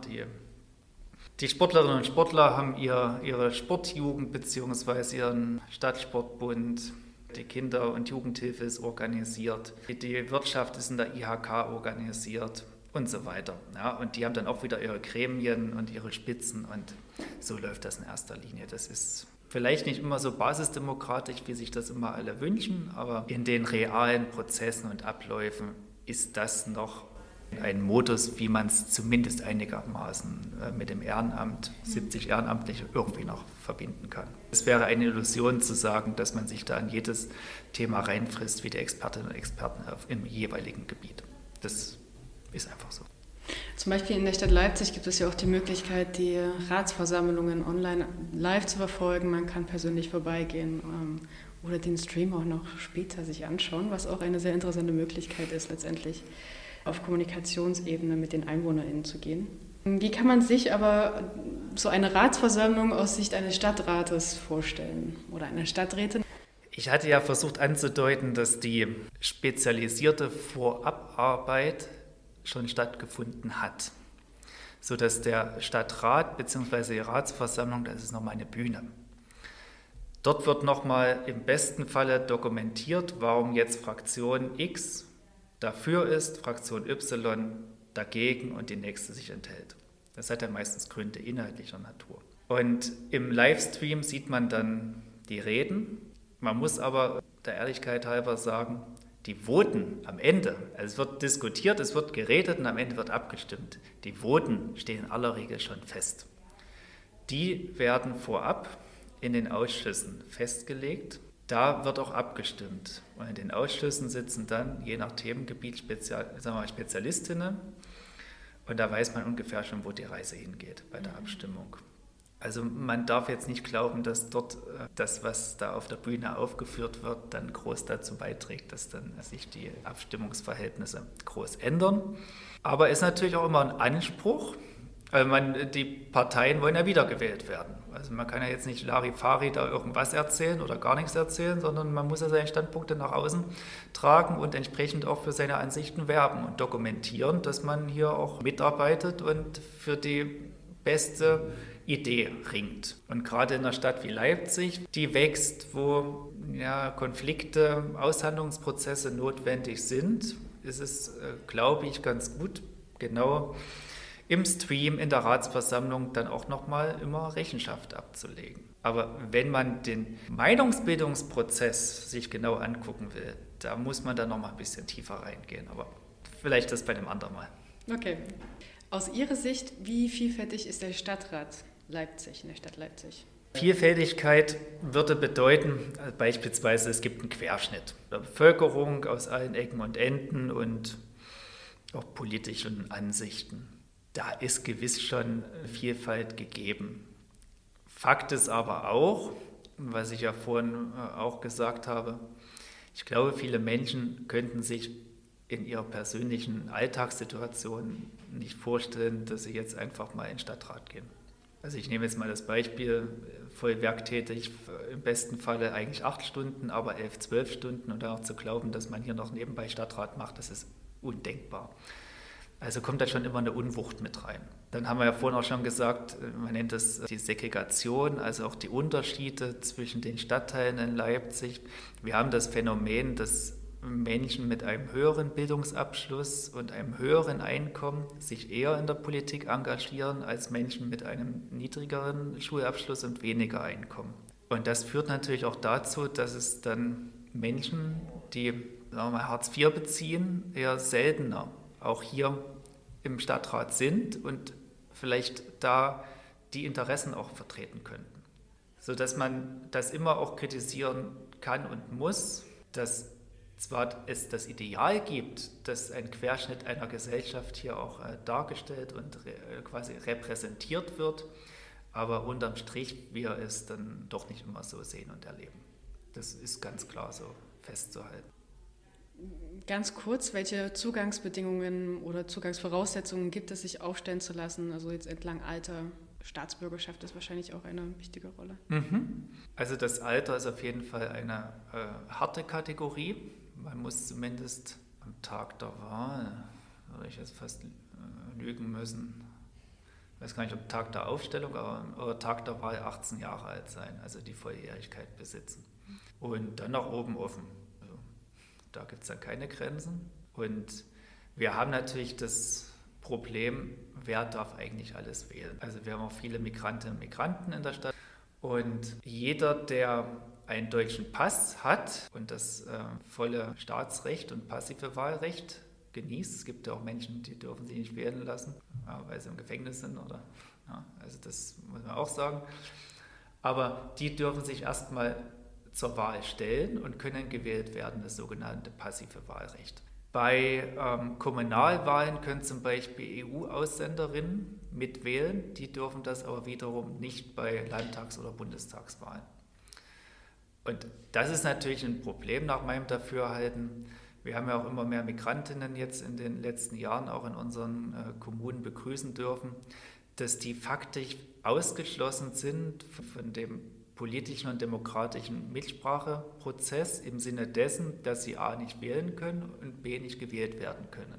die Sportlerinnen und Sportler haben ihre Sportjugend bzw. ihren Stadtsportbund. Die Kinder- und Jugendhilfe ist organisiert. Die Wirtschaft ist in der IHK organisiert und so weiter. Ja, und die haben dann auch wieder ihre Gremien und ihre Spitzen und so läuft das in erster Linie. Das ist vielleicht nicht immer so basisdemokratisch, wie sich das immer alle wünschen, aber in den realen Prozessen und Abläufen ist das noch ein Modus, wie man es zumindest einigermaßen mit dem Ehrenamt, 70 Ehrenamtliche, irgendwie noch verbinden kann. Es wäre eine Illusion zu sagen, dass man sich da in jedes Thema reinfrisst, wie die Expertinnen und Experten im jeweiligen Gebiet. Das ist einfach so. Zum Beispiel in der Stadt Leipzig gibt es ja auch die Möglichkeit, die Ratsversammlungen online live zu verfolgen. Man kann persönlich vorbeigehen oder den Stream auch noch später sich anschauen, was auch eine sehr interessante Möglichkeit ist, letztendlich auf Kommunikationsebene mit den EinwohnerInnen zu gehen. Wie kann man sich aber so eine Ratsversammlung aus Sicht eines Stadtrates vorstellen oder einer Stadträtin? Ich hatte ja versucht anzudeuten, dass die spezialisierte Vorabarbeit schon stattgefunden hat, sodass der Stadtrat bzw. die Ratsversammlung, das ist nochmal eine Bühne. Dort wird nochmal im besten Falle dokumentiert, warum jetzt Fraktion X dafür ist, Fraktion Y dagegen und die nächste sich enthält. Das hat ja meistens Gründe inhaltlicher Natur. Und im Livestream sieht man dann die Reden. Man muss aber der Ehrlichkeit halber sagen, die Voten am Ende, also es wird diskutiert, es wird geredet und am Ende wird abgestimmt. Die Voten stehen in aller Regel schon fest. Die werden vorab in den Ausschüssen festgelegt. Da wird auch abgestimmt. Und in den Ausschüssen sitzen dann je nach Themengebiet Spezialistinnen. Und da weiß man ungefähr schon, wo die Reise hingeht bei der Abstimmung. Also man darf jetzt nicht glauben, dass dort das, was da auf der Bühne aufgeführt wird, dann groß dazu beiträgt, dass dann sich die Abstimmungsverhältnisse groß ändern. Aber ist natürlich auch immer ein Anspruch. Die Parteien wollen ja wiedergewählt werden. Also man kann ja jetzt nicht Larifari da irgendwas erzählen oder gar nichts erzählen, sondern man muss ja seine Standpunkte nach außen tragen und entsprechend auch für seine Ansichten werben und dokumentieren, dass man hier auch mitarbeitet und für die beste Idee ringt. Und gerade in einer Stadt wie Leipzig, die wächst, wo Konflikte, Aushandlungsprozesse notwendig sind, ist es, glaube ich, ganz gut, genau im Stream, in der Ratsversammlung dann auch nochmal immer Rechenschaft abzulegen. Aber wenn man den Meinungsbildungsprozess sich genau angucken will, da muss man dann nochmal ein bisschen tiefer reingehen. Aber vielleicht das bei dem anderen Mal. Okay. Aus Ihrer Sicht, wie vielfältig ist der Stadtrat Leipzig, in der Stadt Leipzig? Vielfältigkeit würde bedeuten, beispielsweise es gibt einen Querschnitt der Bevölkerung aus allen Ecken und Enden und auch politischen Ansichten. Da ist gewiss schon Vielfalt gegeben. Fakt ist aber auch, was ich ja vorhin auch gesagt habe, ich glaube, viele Menschen könnten sich in ihrer persönlichen Alltagssituation nicht vorstellen, dass sie jetzt einfach mal in den Stadtrat gehen. Also ich nehme jetzt mal das Beispiel, voll werktätig, im besten Falle eigentlich 8 Stunden, aber 11, 12 Stunden und dann auch zu glauben, dass man hier noch nebenbei Stadtrat macht, das ist undenkbar. Also kommt da schon immer eine Unwucht mit rein. Dann haben wir ja vorhin auch schon gesagt, man nennt das die Segregation, also auch die Unterschiede zwischen den Stadtteilen in Leipzig. Wir haben das Phänomen, dass Menschen mit einem höheren Bildungsabschluss und einem höheren Einkommen sich eher in der Politik engagieren als Menschen mit einem niedrigeren Schulabschluss und weniger Einkommen. Und das führt natürlich auch dazu, dass es dann Menschen, die sagen wir mal, Hartz IV beziehen, eher seltener auch hier im Stadtrat sind und vielleicht da die Interessen auch vertreten könnten. Sodass man das immer auch kritisieren kann und muss, dass zwar es das Ideal gibt, dass ein Querschnitt einer Gesellschaft hier auch dargestellt und quasi repräsentiert wird, aber unterm Strich wir es dann doch nicht immer so sehen und erleben. Das ist ganz klar so festzuhalten. Ganz kurz, welche Zugangsbedingungen oder Zugangsvoraussetzungen gibt es, sich aufstellen zu lassen? Also jetzt entlang Alter, Staatsbürgerschaft ist wahrscheinlich auch eine wichtige Rolle. Also das Alter ist auf jeden Fall eine harte Kategorie. Man muss zumindest am Tag der Wahl, würde ich jetzt fast lügen müssen, ich weiß gar nicht, ob Tag der Aufstellung oder Tag der Wahl 18 Jahre alt sein, also die Volljährigkeit besitzen. Und dann nach oben offen. Da gibt es dann keine Grenzen. Und wir haben natürlich das Problem, wer darf eigentlich alles wählen. Also wir haben auch viele Migrantinnen und Migranten in der Stadt. Und jeder, der einen deutschen Pass hat und das volle Staatsrecht und passive Wahlrecht genießt, es gibt ja auch Menschen, die dürfen sich nicht wählen lassen, weil sie im Gefängnis sind. Also das muss man auch sagen. Aber die dürfen sich erstmal zur Wahl stellen und können gewählt werden, das sogenannte passive Wahlrecht. Bei Kommunalwahlen können zum Beispiel EU-Aussenderinnen mitwählen, die dürfen das aber wiederum nicht bei Landtags- oder Bundestagswahlen. Und das ist natürlich ein Problem nach meinem Dafürhalten. Wir haben ja auch immer mehr Migrantinnen jetzt in den letzten Jahren auch in unseren Kommunen begrüßen dürfen, dass die faktisch ausgeschlossen sind von dem politischen und demokratischen Mitspracheprozess im Sinne dessen, dass sie A nicht wählen können und B nicht gewählt werden können.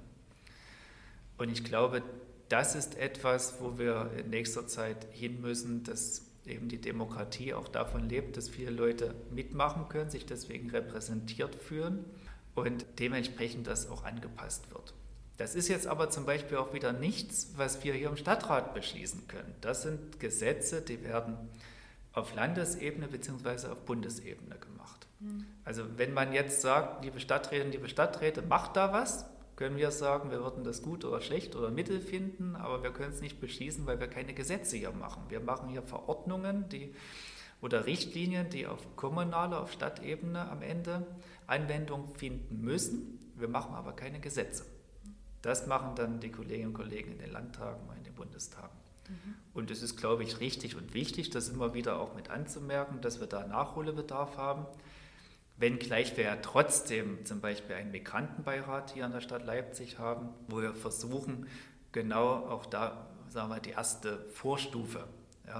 Und ich glaube, das ist etwas, wo wir in nächster Zeit hin müssen, dass eben die Demokratie auch davon lebt, dass viele Leute mitmachen können, sich deswegen repräsentiert fühlen und dementsprechend das auch angepasst wird. Das ist jetzt aber zum Beispiel auch wieder nichts, was wir hier im Stadtrat beschließen können. Das sind Gesetze, die werden auf Landesebene bzw. auf Bundesebene gemacht. Also wenn man jetzt sagt, liebe Stadträtinnen, liebe Stadträte, macht da was, können wir sagen, wir würden das gut oder schlecht oder mittel finden, aber wir können es nicht beschließen, weil wir keine Gesetze hier machen. Wir machen hier Verordnungen oder Richtlinien, die auf kommunaler, auf Stadtebene am Ende Anwendung finden müssen. Wir machen aber keine Gesetze. Das machen dann die Kolleginnen und Kollegen in den Landtagen und in den Bundestagen. Und es ist, glaube ich, richtig und wichtig, das immer wieder auch mit anzumerken, dass wir da Nachholbedarf haben. Wenngleich wir ja trotzdem zum Beispiel einen Migrantenbeirat hier in der Stadt Leipzig haben, wo wir versuchen, genau auch da, sagen wir, die erste Vorstufe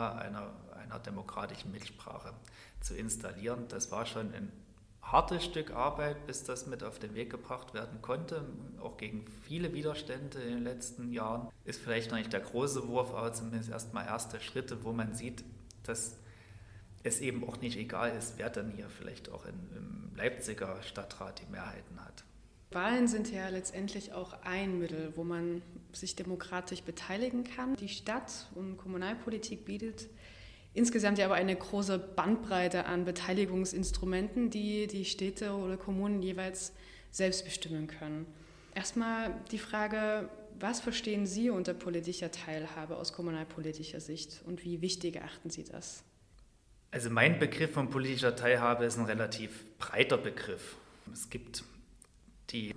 einer demokratischen Mitsprache zu installieren. Das war schon ein hartes Stück Arbeit, bis das mit auf den Weg gebracht werden konnte, auch gegen viele Widerstände in den letzten Jahren. Ist vielleicht noch nicht der große Wurf, aber zumindest erstmal erste Schritte, wo man sieht, dass es eben auch nicht egal ist, wer dann hier vielleicht auch im Leipziger Stadtrat die Mehrheiten hat. Wahlen sind ja letztendlich auch ein Mittel, wo man sich demokratisch beteiligen kann. Die Stadt- und Kommunalpolitik bietet insgesamt ja aber eine große Bandbreite an Beteiligungsinstrumenten, die die Städte oder Kommunen jeweils selbst bestimmen können. Erstmal die Frage, was verstehen Sie unter politischer Teilhabe aus kommunalpolitischer Sicht und wie wichtig erachten Sie das? Also mein Begriff von politischer Teilhabe ist ein relativ breiter Begriff. Es gibt die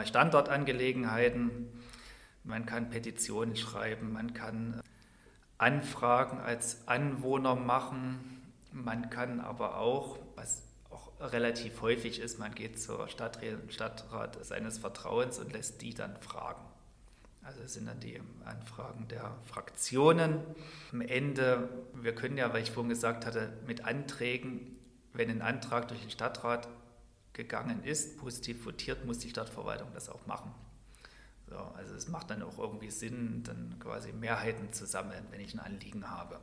Standortangelegenheiten, man kann Petitionen schreiben, man kann Anfragen als Anwohner machen. Man kann aber auch, was auch relativ häufig ist, man geht zur Stadträtin und Stadtrat seines Vertrauens und lässt die dann fragen. Also das sind dann die Anfragen der Fraktionen. Am Ende, wir können ja, weil ich vorhin gesagt hatte, mit Anträgen, wenn ein Antrag durch den Stadtrat gegangen ist, positiv votiert, muss die Stadtverwaltung das auch machen. So, also es macht dann auch irgendwie Sinn, dann quasi Mehrheiten zu sammeln, wenn ich ein Anliegen habe.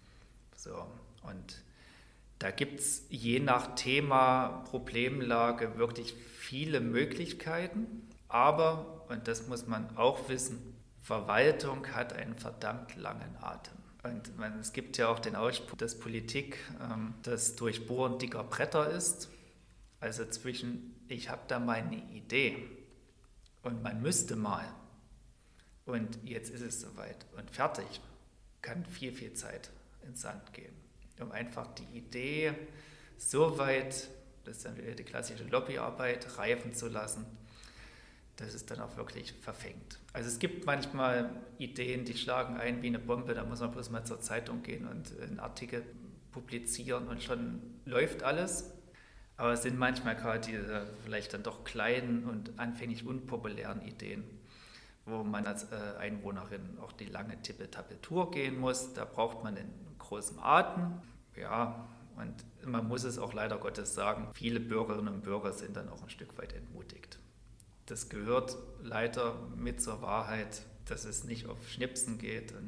So, und da gibt es je nach Thema, Problemlage wirklich viele Möglichkeiten, aber, und das muss man auch wissen, Verwaltung hat einen verdammt langen Atem. Und es gibt ja auch den Ausspruch, dass Politik das Durchbohren dicker Bretter ist. Also zwischen, ich habe da mal eine Idee und man müsste mal und jetzt ist es soweit und fertig, kann viel, viel Zeit ins Sand gehen, um einfach die Idee so weit, das ist dann wieder die klassische Lobbyarbeit, reifen zu lassen, dass es dann auch wirklich verfängt. Also es gibt manchmal Ideen, die schlagen ein wie eine Bombe, da muss man bloß mal zur Zeitung gehen und einen Artikel publizieren und schon läuft alles. Aber es sind manchmal gerade diese vielleicht dann doch kleinen und anfänglich unpopulären Ideen, wo man als Einwohnerin auch die lange Tippeltappeltour gehen muss. Da braucht man einen großen Atem. Ja, und man muss es auch leider Gottes sagen, viele Bürgerinnen und Bürger sind dann auch ein Stück weit entmutigt. Das gehört leider mit zur Wahrheit, dass es nicht auf Schnipsen geht. Und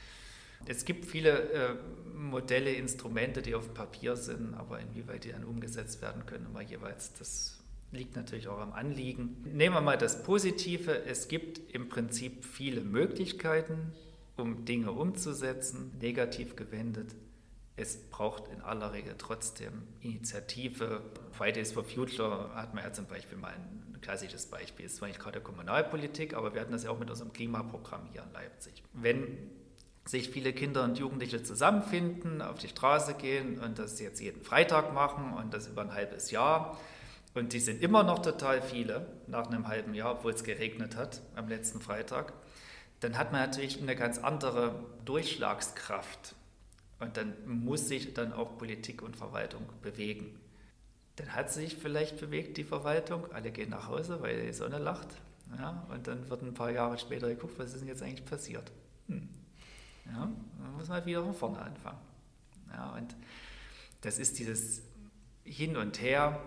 es gibt viele Modelle, Instrumente, die auf dem Papier sind, aber inwieweit die dann umgesetzt werden können, immer jeweils, das liegt natürlich auch am Anliegen. Nehmen wir mal das Positive. Es gibt im Prinzip viele Möglichkeiten, um Dinge umzusetzen, negativ gewendet. Es braucht in aller Regel trotzdem Initiative. Fridays for Future hat man ja zum Beispiel mal ein klassisches Beispiel. Es war nicht gerade Kommunalpolitik, aber wir hatten das ja auch mit unserem Klimaprogramm hier in Leipzig. Wenn sich viele Kinder und Jugendliche zusammenfinden, auf die Straße gehen und das jetzt jeden Freitag machen und das über ein halbes Jahr. Und die sind immer noch total viele nach einem halben Jahr, obwohl es geregnet hat am letzten Freitag. Dann hat man natürlich eine ganz andere Durchschlagskraft. Und dann muss sich dann auch Politik und Verwaltung bewegen. Dann hat sich vielleicht bewegt die Verwaltung, alle gehen nach Hause, weil die Sonne lacht. Ja, und dann wird ein paar Jahre später geguckt, was ist denn jetzt eigentlich passiert? Ja, dann muss man wieder von vorne anfangen. Ja, und Das ist dieses Hin und Her.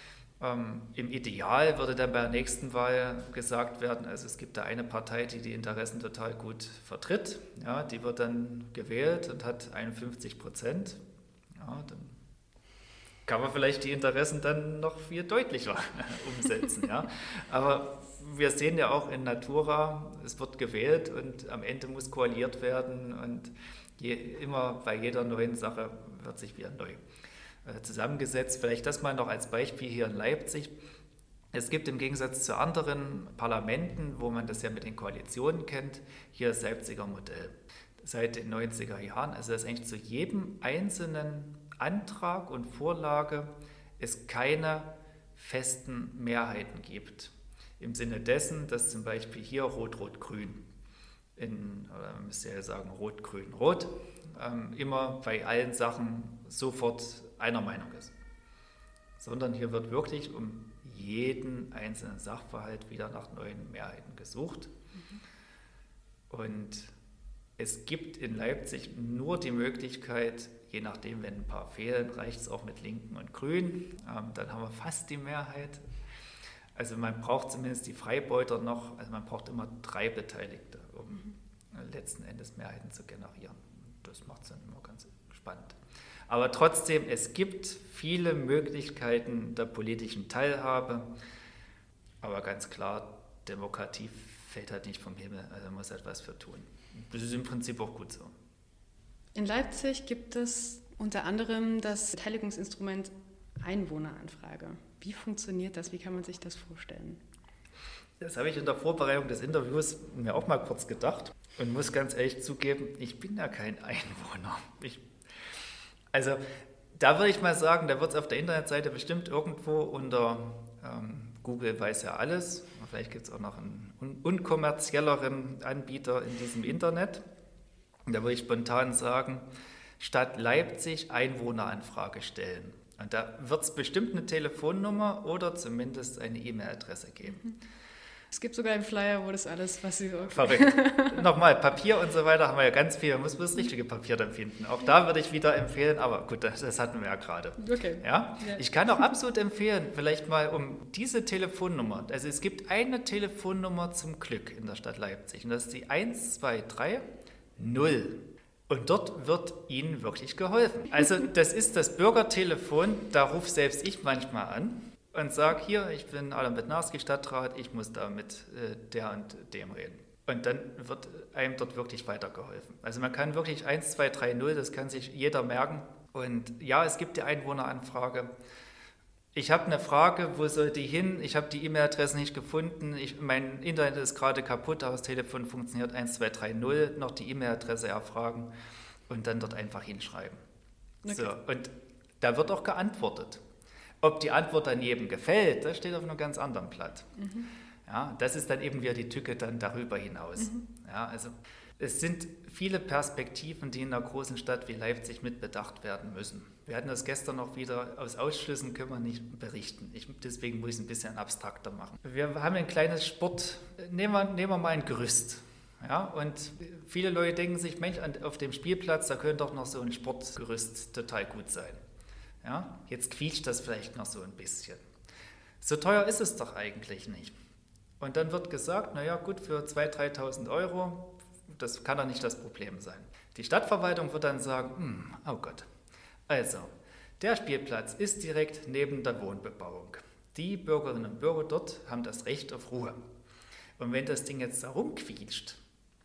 Im Ideal würde dann bei der nächsten Wahl gesagt werden, also es gibt da eine Partei, die die Interessen total gut vertritt, ja, die wird dann gewählt und hat 51%. Ja, dann kann man vielleicht die Interessen dann noch viel deutlicher umsetzen. Ja. Aber wir sehen ja auch in Natura, es wird gewählt und am Ende muss koaliert werden und immer bei jeder neuen Sache wird sich wieder neu zusammengesetzt. Vielleicht das mal noch als Beispiel hier in Leipzig. Es gibt im Gegensatz zu anderen Parlamenten, wo man das ja mit den Koalitionen kennt, hier das Leipziger Modell. Seit den 90er Jahren, also dass eigentlich zu jedem einzelnen Antrag und Vorlage es keine festen Mehrheiten gibt. Im Sinne dessen, dass zum Beispiel hier Rot-Rot-Grün, oder man müsste ja sagen Rot-Grün-Rot, immer bei allen Sachen sofort einer Meinung ist. Sondern hier wird wirklich um jeden einzelnen Sachverhalt wieder nach neuen Mehrheiten gesucht. Und es gibt in Leipzig nur die Möglichkeit, je nachdem, wenn ein paar fehlen, reicht es auch mit Linken und Grünen. Dann haben wir fast die Mehrheit. Also man braucht zumindest die Freibeuter noch, also man braucht immer 3 Beteiligte, um letzten Endes Mehrheiten zu generieren. Das macht es dann immer ganz spannend. Aber trotzdem, es gibt viele Möglichkeiten der politischen Teilhabe, aber ganz klar, Demokratie fällt halt nicht vom Himmel, also muss etwas für tun. Das ist im Prinzip auch gut so. In Leipzig gibt es unter anderem das Beteiligungsinstrument Einwohneranfrage. Wie funktioniert das? Wie kann man sich das vorstellen? Das habe ich in der Vorbereitung des Interviews mir auch mal kurz gedacht und muss ganz ehrlich zugeben, ich bin ja kein Einwohner. Also da würde ich mal sagen, da wird es auf der Internetseite bestimmt irgendwo unter Google weiß ja alles, vielleicht gibt es auch noch einen unkommerzielleren Anbieter in diesem Internet. Da würde ich spontan sagen, Stadt Leipzig Einwohneranfrage stellen. Und da wird es bestimmt eine Telefonnummer oder zumindest eine E-Mail-Adresse geben. Es gibt sogar einen Flyer, wo das alles, was Sie so... Verrückt. Nochmal, Papier und so weiter haben wir ja ganz viel. Man muss das richtige Papier dann finden. Auch da würde ich wieder empfehlen, aber gut, das hatten wir ja gerade. Okay. Ja? Ich kann auch absolut empfehlen, vielleicht mal um diese Telefonnummer. Also es gibt eine Telefonnummer zum Glück in der Stadt Leipzig und das ist die 1230. Und dort wird Ihnen wirklich geholfen. Also das ist das Bürgertelefon, da rufe selbst ich manchmal an und sage, hier, ich bin Adam Bednarski, Stadtrat, ich muss da mit der und dem reden. Und dann wird einem dort wirklich weitergeholfen. Also man kann wirklich 1230, das kann sich jeder merken. Und ja, es gibt die Einwohneranfrage. Ich habe eine Frage, wo soll die hin? Ich habe die E-Mail-Adresse nicht gefunden. Mein Internet ist gerade kaputt, aber das Telefon funktioniert 1230. Noch die E-Mail-Adresse erfragen und dann dort einfach hinschreiben. Okay. So, und da wird auch geantwortet. Ob die Antwort dann jedem gefällt, das steht auf einem ganz anderen Blatt. Ja, das ist dann eben wieder die Tücke dann darüber hinaus. Ja, also es sind viele Perspektiven, die in einer großen Stadt wie Leipzig mit bedacht werden müssen. Wir hatten das gestern noch wieder, aus Ausschlüssen können wir nicht berichten. Deswegen muss ich es ein bisschen abstrakter machen. Wir haben ein kleines nehmen wir mal ein Gerüst. Ja, und viele Leute denken sich, Mensch, auf dem Spielplatz, da könnte doch noch so ein Sportgerüst total gut sein. Ja, jetzt quietscht das vielleicht noch so ein bisschen. So teuer ist es doch eigentlich nicht. Und dann wird gesagt, naja gut, für 2.000, 3.000 Euro, das kann doch nicht das Problem sein. Die Stadtverwaltung wird dann sagen, oh Gott, also der Spielplatz ist direkt neben der Wohnbebauung. Die Bürgerinnen und Bürger dort haben das Recht auf Ruhe. Und wenn das Ding jetzt da rumquietscht,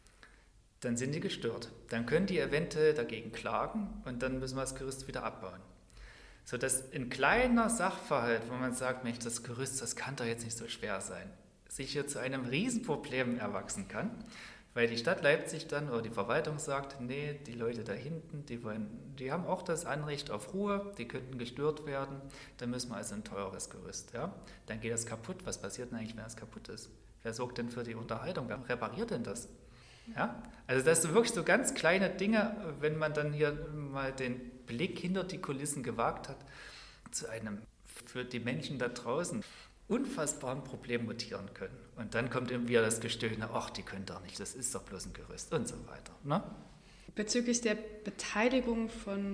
dann sind die gestört. Dann können die eventuell dagegen klagen und dann müssen wir das Gerüst wieder abbauen. Sodass ein kleiner Sachverhalt, wo man sagt, Mensch, das Gerüst, das kann doch jetzt nicht so schwer sein, sich hier zu einem Riesenproblem erwachsen kann, weil die Stadt Leipzig dann oder die Verwaltung sagt, nee, die Leute da hinten, die haben auch das Anrecht auf Ruhe, die könnten gestört werden, dann müssen wir also ein teures Gerüst. Ja? Dann geht das kaputt. Was passiert denn eigentlich, wenn das kaputt ist? Wer sorgt denn für die Unterhaltung? Wer repariert denn das? Ja? Also das sind wirklich so ganz kleine Dinge, wenn man dann hier mal den Blick hinter die Kulissen gewagt hat, zu einem für die Menschen da draußen unfassbaren Problem mutieren können. Und dann kommt eben wieder das Gestöhne, ach, die können doch nicht, das ist doch bloß ein Gerüst und so weiter. Ne? Bezüglich der Beteiligung von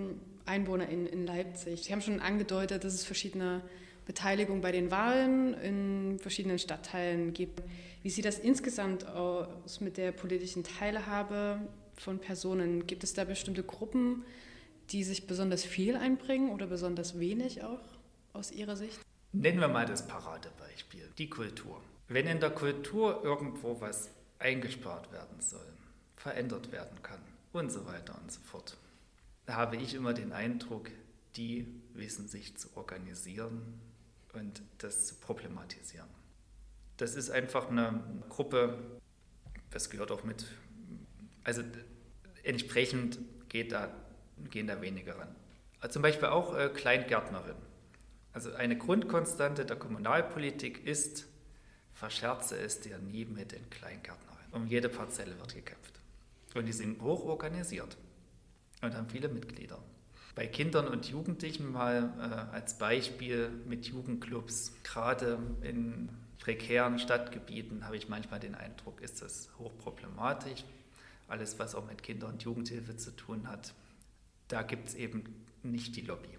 EinwohnerInnen in Leipzig. Sie haben schon angedeutet, dass es verschiedene Beteiligung bei den Wahlen in verschiedenen Stadtteilen gibt. Wie sieht das insgesamt aus mit der politischen Teilhabe von Personen? Gibt es da bestimmte Gruppen, die sich besonders viel einbringen oder besonders wenig auch aus Ihrer Sicht? Nennen wir mal das Paradebeispiel, die Kultur. Wenn in der Kultur irgendwo was eingespart werden soll, verändert werden kann und so weiter und so fort, habe ich immer den Eindruck, die wissen sich zu organisieren und das zu problematisieren. Das ist einfach eine Gruppe, das gehört auch mit, also entsprechend gehen da weniger ran. Also zum Beispiel auch Kleingärtnerin. Also eine Grundkonstante der Kommunalpolitik ist, verscherze es dir nie mit den Kleingärtnerinnen. Um jede Parzelle wird gekämpft. Und die sind hoch organisiert und haben viele Mitglieder. Bei Kindern und Jugendlichen mal als Beispiel mit Jugendclubs, gerade in prekären Stadtgebieten habe ich manchmal den Eindruck, ist das hochproblematisch. Alles, was auch mit Kinder- und Jugendhilfe zu tun hat, da gibt es eben nicht die Lobby.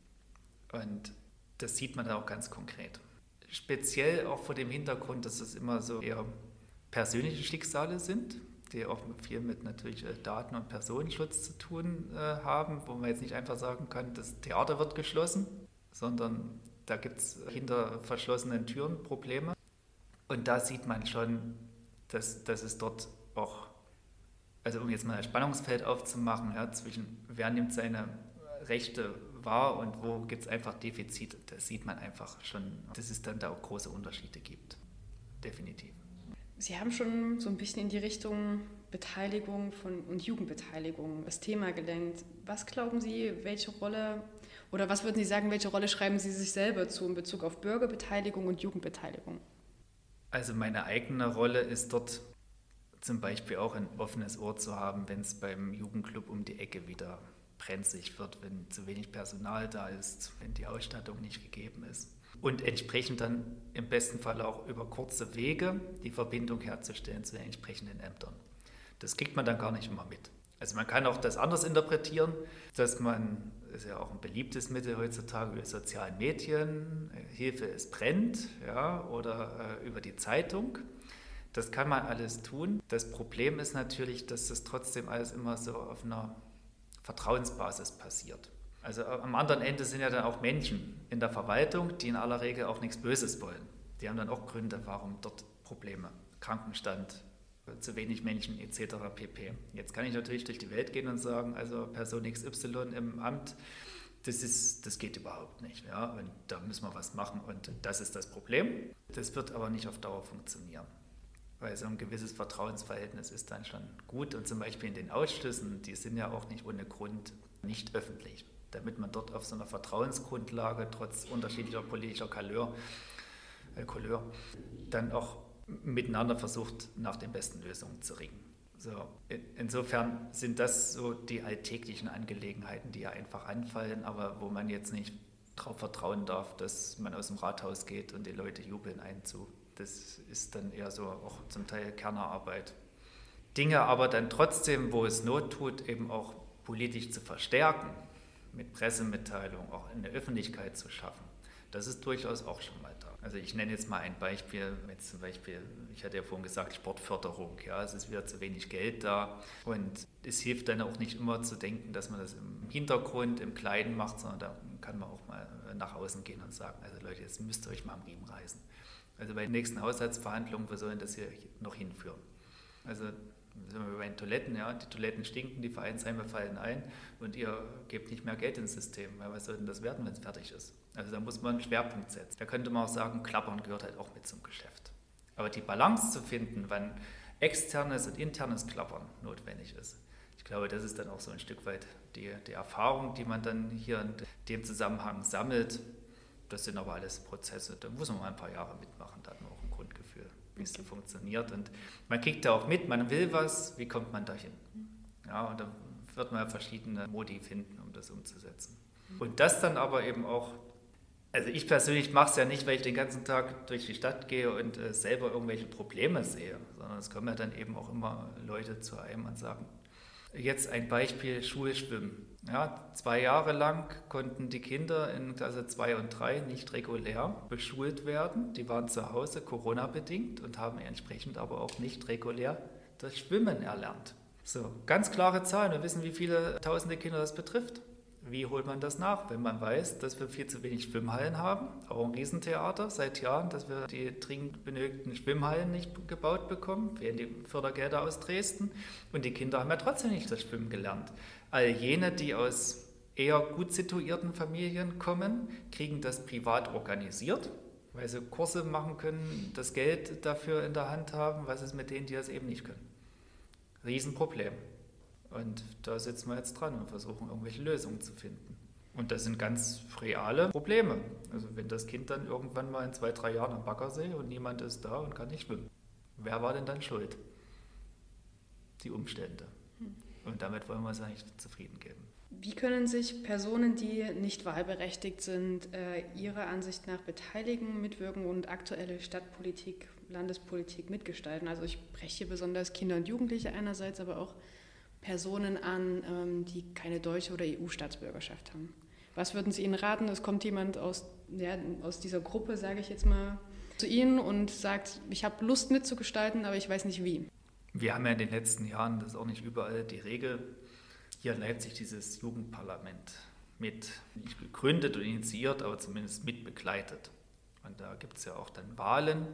Und das sieht man da auch ganz konkret. Speziell auch vor dem Hintergrund, dass es immer so eher persönliche Schicksale sind, die auch viel mit natürlich Daten- und Personenschutz zu tun haben, wo man jetzt nicht einfach sagen kann, das Theater wird geschlossen, sondern da gibt es hinter verschlossenen Türen Probleme. Und da sieht man schon, dass es dort auch, also um jetzt mal ein Spannungsfeld aufzumachen, ja, zwischen wer nimmt seine Rechte wahr und wo gibt es einfach Defizite, das sieht man einfach schon, dass es dann da auch große Unterschiede gibt, definitiv. Sie haben schon so ein bisschen in die Richtung Beteiligung und Jugendbeteiligung das Thema gelenkt. Was glauben Sie, welche Rolle, oder was würden Sie sagen, welche Rolle schreiben Sie sich selber zu in Bezug auf Bürgerbeteiligung und Jugendbeteiligung? Also meine eigene Rolle ist dort zum Beispiel auch ein offenes Ohr zu haben, wenn es beim Jugendclub um die Ecke wieder brenzlig wird, wenn zu wenig Personal da ist, wenn die Ausstattung nicht gegeben ist. Und entsprechend dann im besten Fall auch über kurze Wege die Verbindung herzustellen zu den entsprechenden Ämtern. Das kriegt man dann gar nicht immer mit. Also man kann auch das anders interpretieren, dass man, das ist ja auch ein beliebtes Mittel heutzutage über sozialen Medien, Hilfe es brennt, ja, oder über die Zeitung. Das kann man alles tun. Das Problem ist natürlich, dass das trotzdem alles immer so auf einer Vertrauensbasis passiert. Also am anderen Ende sind ja dann auch Menschen in der Verwaltung, die in aller Regel auch nichts Böses wollen. Die haben dann auch Gründe, warum dort Probleme, Krankenstand, zu wenig Menschen etc. pp. Jetzt kann ich natürlich durch die Welt gehen und sagen, also Person XY im Amt, das geht überhaupt nicht. Ja? Und da müssen wir was machen und das ist das Problem. Das wird aber nicht auf Dauer funktionieren. Weil so ein gewisses Vertrauensverhältnis ist dann schon gut. Und zum Beispiel in den Ausschüssen, die sind ja auch nicht ohne Grund nicht öffentlich. Damit man dort auf so einer Vertrauensgrundlage, trotz unterschiedlicher politischer Couleur, dann auch miteinander versucht, nach den besten Lösungen zu ringen. So, insofern sind das so die alltäglichen Angelegenheiten, die ja einfach anfallen, aber wo man jetzt nicht darauf vertrauen darf, dass man aus dem Rathaus geht und die Leute jubeln einen zu. Das ist dann eher so auch zum Teil Kernerarbeit. Dinge aber dann trotzdem, wo es Not tut, eben auch politisch zu verstärken, mit Pressemitteilung auch in der Öffentlichkeit zu schaffen. Das ist durchaus auch schon mal da. Also ich nenne jetzt mal ein Beispiel, jetzt zum Beispiel, ich hatte ja vorhin gesagt, Sportförderung. Ja, es ist wieder zu wenig Geld da und es hilft dann auch nicht immer zu denken, dass man das im Hintergrund, im Kleinen macht, sondern da kann man auch mal nach außen gehen und sagen, also Leute, jetzt müsst ihr euch mal am Riemen reißen. Also bei den nächsten Haushaltsverhandlungen, wo sollen das hier noch hinführen? Also sind wir bei den Toiletten, ja, die Toiletten stinken, die Vereinsheime fallen ein und ihr gebt nicht mehr Geld ins System. Weil was soll denn das werden, wenn es fertig ist? Also da muss man einen Schwerpunkt setzen. Da könnte man auch sagen, Klappern gehört halt auch mit zum Geschäft. Aber die Balance zu finden, wann externes und internes Klappern notwendig ist, ich glaube, das ist dann auch so ein Stück weit die Erfahrung, die man dann hier in dem Zusammenhang sammelt. Das sind aber alles Prozesse, da muss man mal ein paar Jahre mitmachen, da hat man auch ein Grundgefühl, wie es so funktioniert. Und man kriegt da auch mit, man will was, wie kommt man dahin? Ja, und da wird man verschiedene Modi finden, um das umzusetzen. Und das dann aber eben auch, also ich persönlich mache es ja nicht, weil ich den ganzen Tag durch die Stadt gehe und selber irgendwelche Probleme sehe, sondern es kommen ja dann eben auch immer Leute zu einem und sagen, Jetzt ein Beispiel Schulschwimmen. Ja, 2 Jahre lang konnten die Kinder in Klasse 2 und 3 nicht regulär beschult werden. Die waren zu Hause Corona-bedingt und haben entsprechend aber auch nicht regulär das Schwimmen erlernt. So, ganz klare Zahlen. Wir wissen, wie viele tausende Kinder das betrifft. Wie holt man das nach, wenn man weiß, dass wir viel zu wenig Schwimmhallen haben? Auch ein Riesentheater seit Jahren, dass wir die dringend benötigten Schwimmhallen nicht gebaut bekommen. Fehlen die Fördergelder aus Dresden. Und die Kinder haben ja trotzdem nicht das Schwimmen gelernt. All jene, die aus eher gut situierten Familien kommen, kriegen das privat organisiert, weil sie Kurse machen können, das Geld dafür in der Hand haben. Was ist mit denen, die das eben nicht können? Riesenproblem. Und da sitzen wir jetzt dran und versuchen, irgendwelche Lösungen zu finden. Und das sind ganz reale Probleme. Also wenn das Kind dann irgendwann mal in 2, 3 Jahren am Baggersee und niemand ist da und kann nicht schwimmen, wer war denn dann schuld? Die Umstände. Und damit wollen wir uns eigentlich zufrieden geben. Wie können sich Personen, die nicht wahlberechtigt sind, Ihrer Ansicht nach beteiligen, mitwirken und aktuelle Stadtpolitik, Landespolitik mitgestalten? Also ich spreche hier besonders Kinder und Jugendliche einerseits, aber auch Personen an, die keine deutsche oder EU-Staatsbürgerschaft haben. Was würden Sie ihnen raten? Es kommt jemand aus dieser Gruppe, sage ich jetzt mal, zu Ihnen und sagt, ich habe Lust mitzugestalten, aber ich weiß nicht wie. Wir haben ja in den letzten Jahren, das ist auch nicht überall die Regel, hier in Leipzig dieses Jugendparlament mit nicht gegründet und initiiert, aber zumindest mit begleitet. Und da gibt es ja auch dann Wahlen.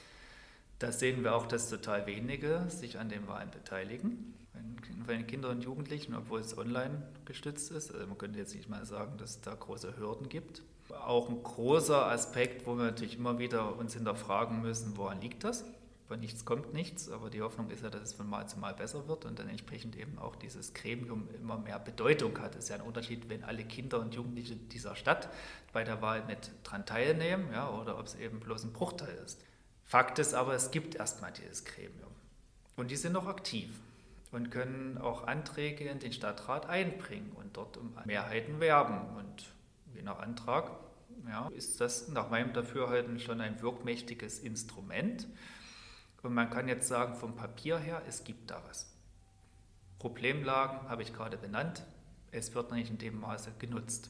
Da sehen wir auch, dass total wenige sich an den Wahlen beteiligen. Bei den Kindern und Jugendlichen, obwohl es online gestützt ist. Also man könnte jetzt nicht mal sagen, dass es da große Hürden gibt. Auch ein großer Aspekt, wo wir natürlich immer wieder uns hinterfragen müssen, woran liegt das? Von nichts kommt nichts, aber die Hoffnung ist ja, dass es von Mal zu Mal besser wird und dann entsprechend eben auch dieses Gremium immer mehr Bedeutung hat. Es ist ja ein Unterschied, wenn alle Kinder und Jugendliche dieser Stadt bei der Wahl mit dran teilnehmen, ja, oder ob es eben bloß ein Bruchteil ist. Fakt ist aber, es gibt erstmal dieses Gremium und die sind noch aktiv und können auch Anträge in den Stadtrat einbringen und dort um Mehrheiten werben. Und je nach Antrag ist das nach meinem Dafürhalten schon ein wirkmächtiges Instrument. Und man kann jetzt sagen, vom Papier her, es gibt da was. Problemlagen habe ich gerade benannt, es wird noch nicht in dem Maße genutzt.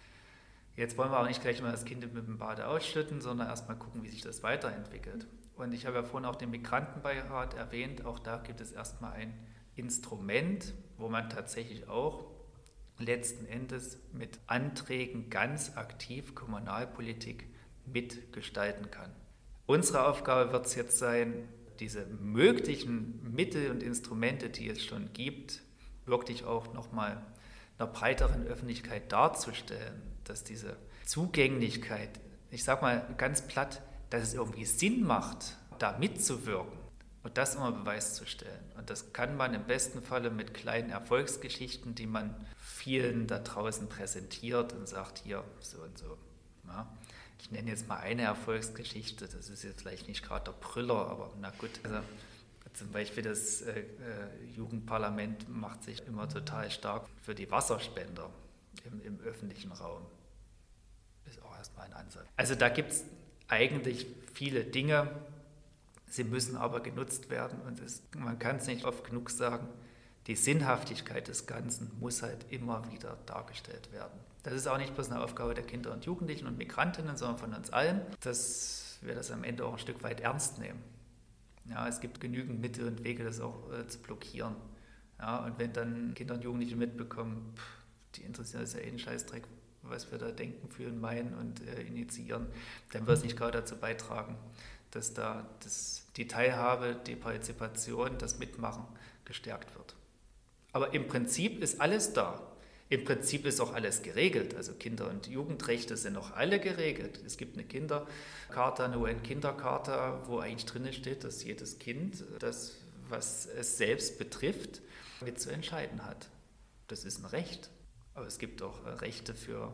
Jetzt wollen wir auch nicht gleich mal das Kind mit dem Bade ausschütten, sondern erstmal gucken, wie sich das weiterentwickelt. Und ich habe ja vorhin auch den Migrantenbeirat erwähnt, auch da gibt es erstmal ein Instrument, wo man tatsächlich auch letzten Endes mit Anträgen ganz aktiv Kommunalpolitik mitgestalten kann. Unsere Aufgabe wird es jetzt sein, diese möglichen Mittel und Instrumente, die es schon gibt, wirklich auch nochmal einer breiteren Öffentlichkeit darzustellen, dass diese Zugänglichkeit, ich sage mal ganz platt, dass es irgendwie Sinn macht, da mitzuwirken und das immer Beweis zu stellen. Und das kann man im besten Falle mit kleinen Erfolgsgeschichten, die man vielen da draußen präsentiert und sagt, hier, so und so. Ja. Ich nenne jetzt mal eine Erfolgsgeschichte, das ist jetzt vielleicht nicht gerade der Brüller, aber na gut. Also, zum Beispiel das Jugendparlament macht sich immer total stark für die Wasserspender im öffentlichen Raum. Ist auch erstmal ein Ansatz. Also da gibt es eigentlich viele Dinge, sie müssen aber genutzt werden und man kann es nicht oft genug sagen, die Sinnhaftigkeit des Ganzen muss halt immer wieder dargestellt werden. Das ist auch nicht bloß eine Aufgabe der Kinder und Jugendlichen und Migrantinnen, sondern von uns allen, dass wir das am Ende auch ein Stück weit ernst nehmen. Ja, es gibt genügend Mittel und Wege, das auch zu blockieren. Ja, und wenn dann Kinder und Jugendliche mitbekommen, die interessieren das ja eh einen Scheißdreck, was wir da denken, fühlen, meinen und initiieren, dann wird es nicht gerade dazu beitragen, dass da die Teilhabe, die Partizipation, das Mitmachen gestärkt wird. Aber im Prinzip ist alles da. Im Prinzip ist auch alles geregelt. Also Kinder- und Jugendrechte sind auch alle geregelt. Es gibt eine Kindercharta, eine UN-Kindercharta, wo eigentlich drin steht, dass jedes Kind das, was es selbst betrifft, mit zu entscheiden hat. Das ist ein Recht. Aber es gibt auch Rechte für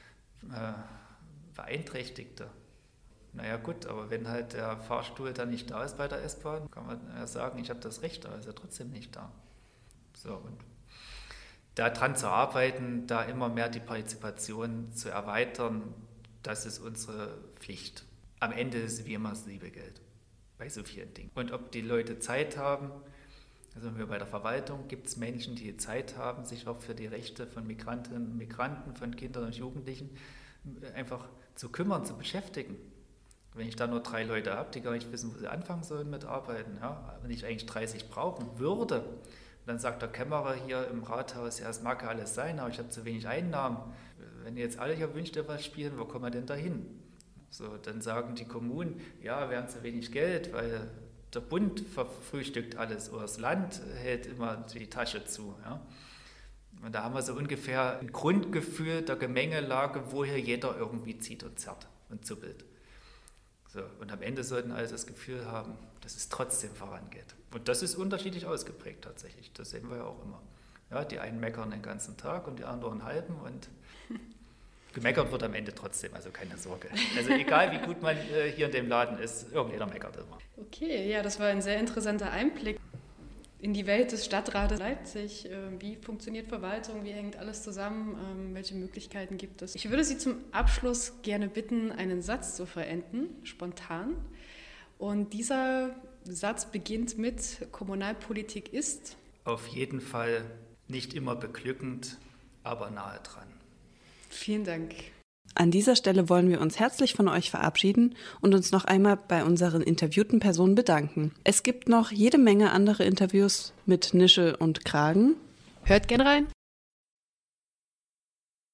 Beeinträchtigte. Naja gut, aber wenn halt der Fahrstuhl dann nicht da ist bei der S-Bahn, kann man ja sagen, ich habe das Recht, aber ist er trotzdem nicht da. So, und daran zu arbeiten, da immer mehr die Partizipation zu erweitern, das ist unsere Pflicht. Am Ende ist es wie immer das liebe Geld bei so vielen Dingen. Und ob die Leute Zeit haben, Also bei der Verwaltung gibt es Menschen, die Zeit haben, sich auch für die Rechte von Migrantinnen und Migranten, von Kindern und Jugendlichen einfach zu kümmern, zu beschäftigen. Wenn ich da nur 3 Leute habe, die gar nicht wissen, wo sie anfangen sollen mit Arbeiten, ja, wenn ich eigentlich 30 brauchen würde, dann sagt der Kämmerer hier im Rathaus, ja, es mag ja alles sein, aber ich habe zu wenig Einnahmen. Wenn ihr jetzt alle hier wünscht, ihr was spielen, wo kommen wir denn da hin? So, dann sagen die Kommunen, ja, wir haben zu wenig Geld, weil der Bund verfrühstückt alles oder das Land hält immer die Tasche zu. Ja? Und da haben wir so ungefähr ein Grundgefühl der Gemengelage, woher jeder irgendwie zieht und zerrt und zuppelt. So, und am Ende sollten alle das Gefühl haben, dass es trotzdem vorangeht. Und das ist unterschiedlich ausgeprägt tatsächlich. Das sehen wir ja auch immer. Ja, die einen meckern den ganzen Tag und die anderen einen halben und gemeckert wird am Ende trotzdem, also keine Sorge. Also egal, wie gut man hier in dem Laden ist, irgendjeder meckert immer. Okay, ja, das war ein sehr interessanter Einblick in die Welt des Stadtrates Leipzig. Wie funktioniert Verwaltung, wie hängt alles zusammen, welche Möglichkeiten gibt es? Ich würde Sie zum Abschluss gerne bitten, einen Satz zu verenden, spontan. Und dieser Satz beginnt mit: Kommunalpolitik ist auf jeden Fall nicht immer beglückend, aber nahe dran. Vielen Dank. An dieser Stelle wollen wir uns herzlich von euch verabschieden und uns noch einmal bei unseren interviewten Personen bedanken. Es gibt noch jede Menge andere Interviews mit Nischel und Kragen. Hört gern rein.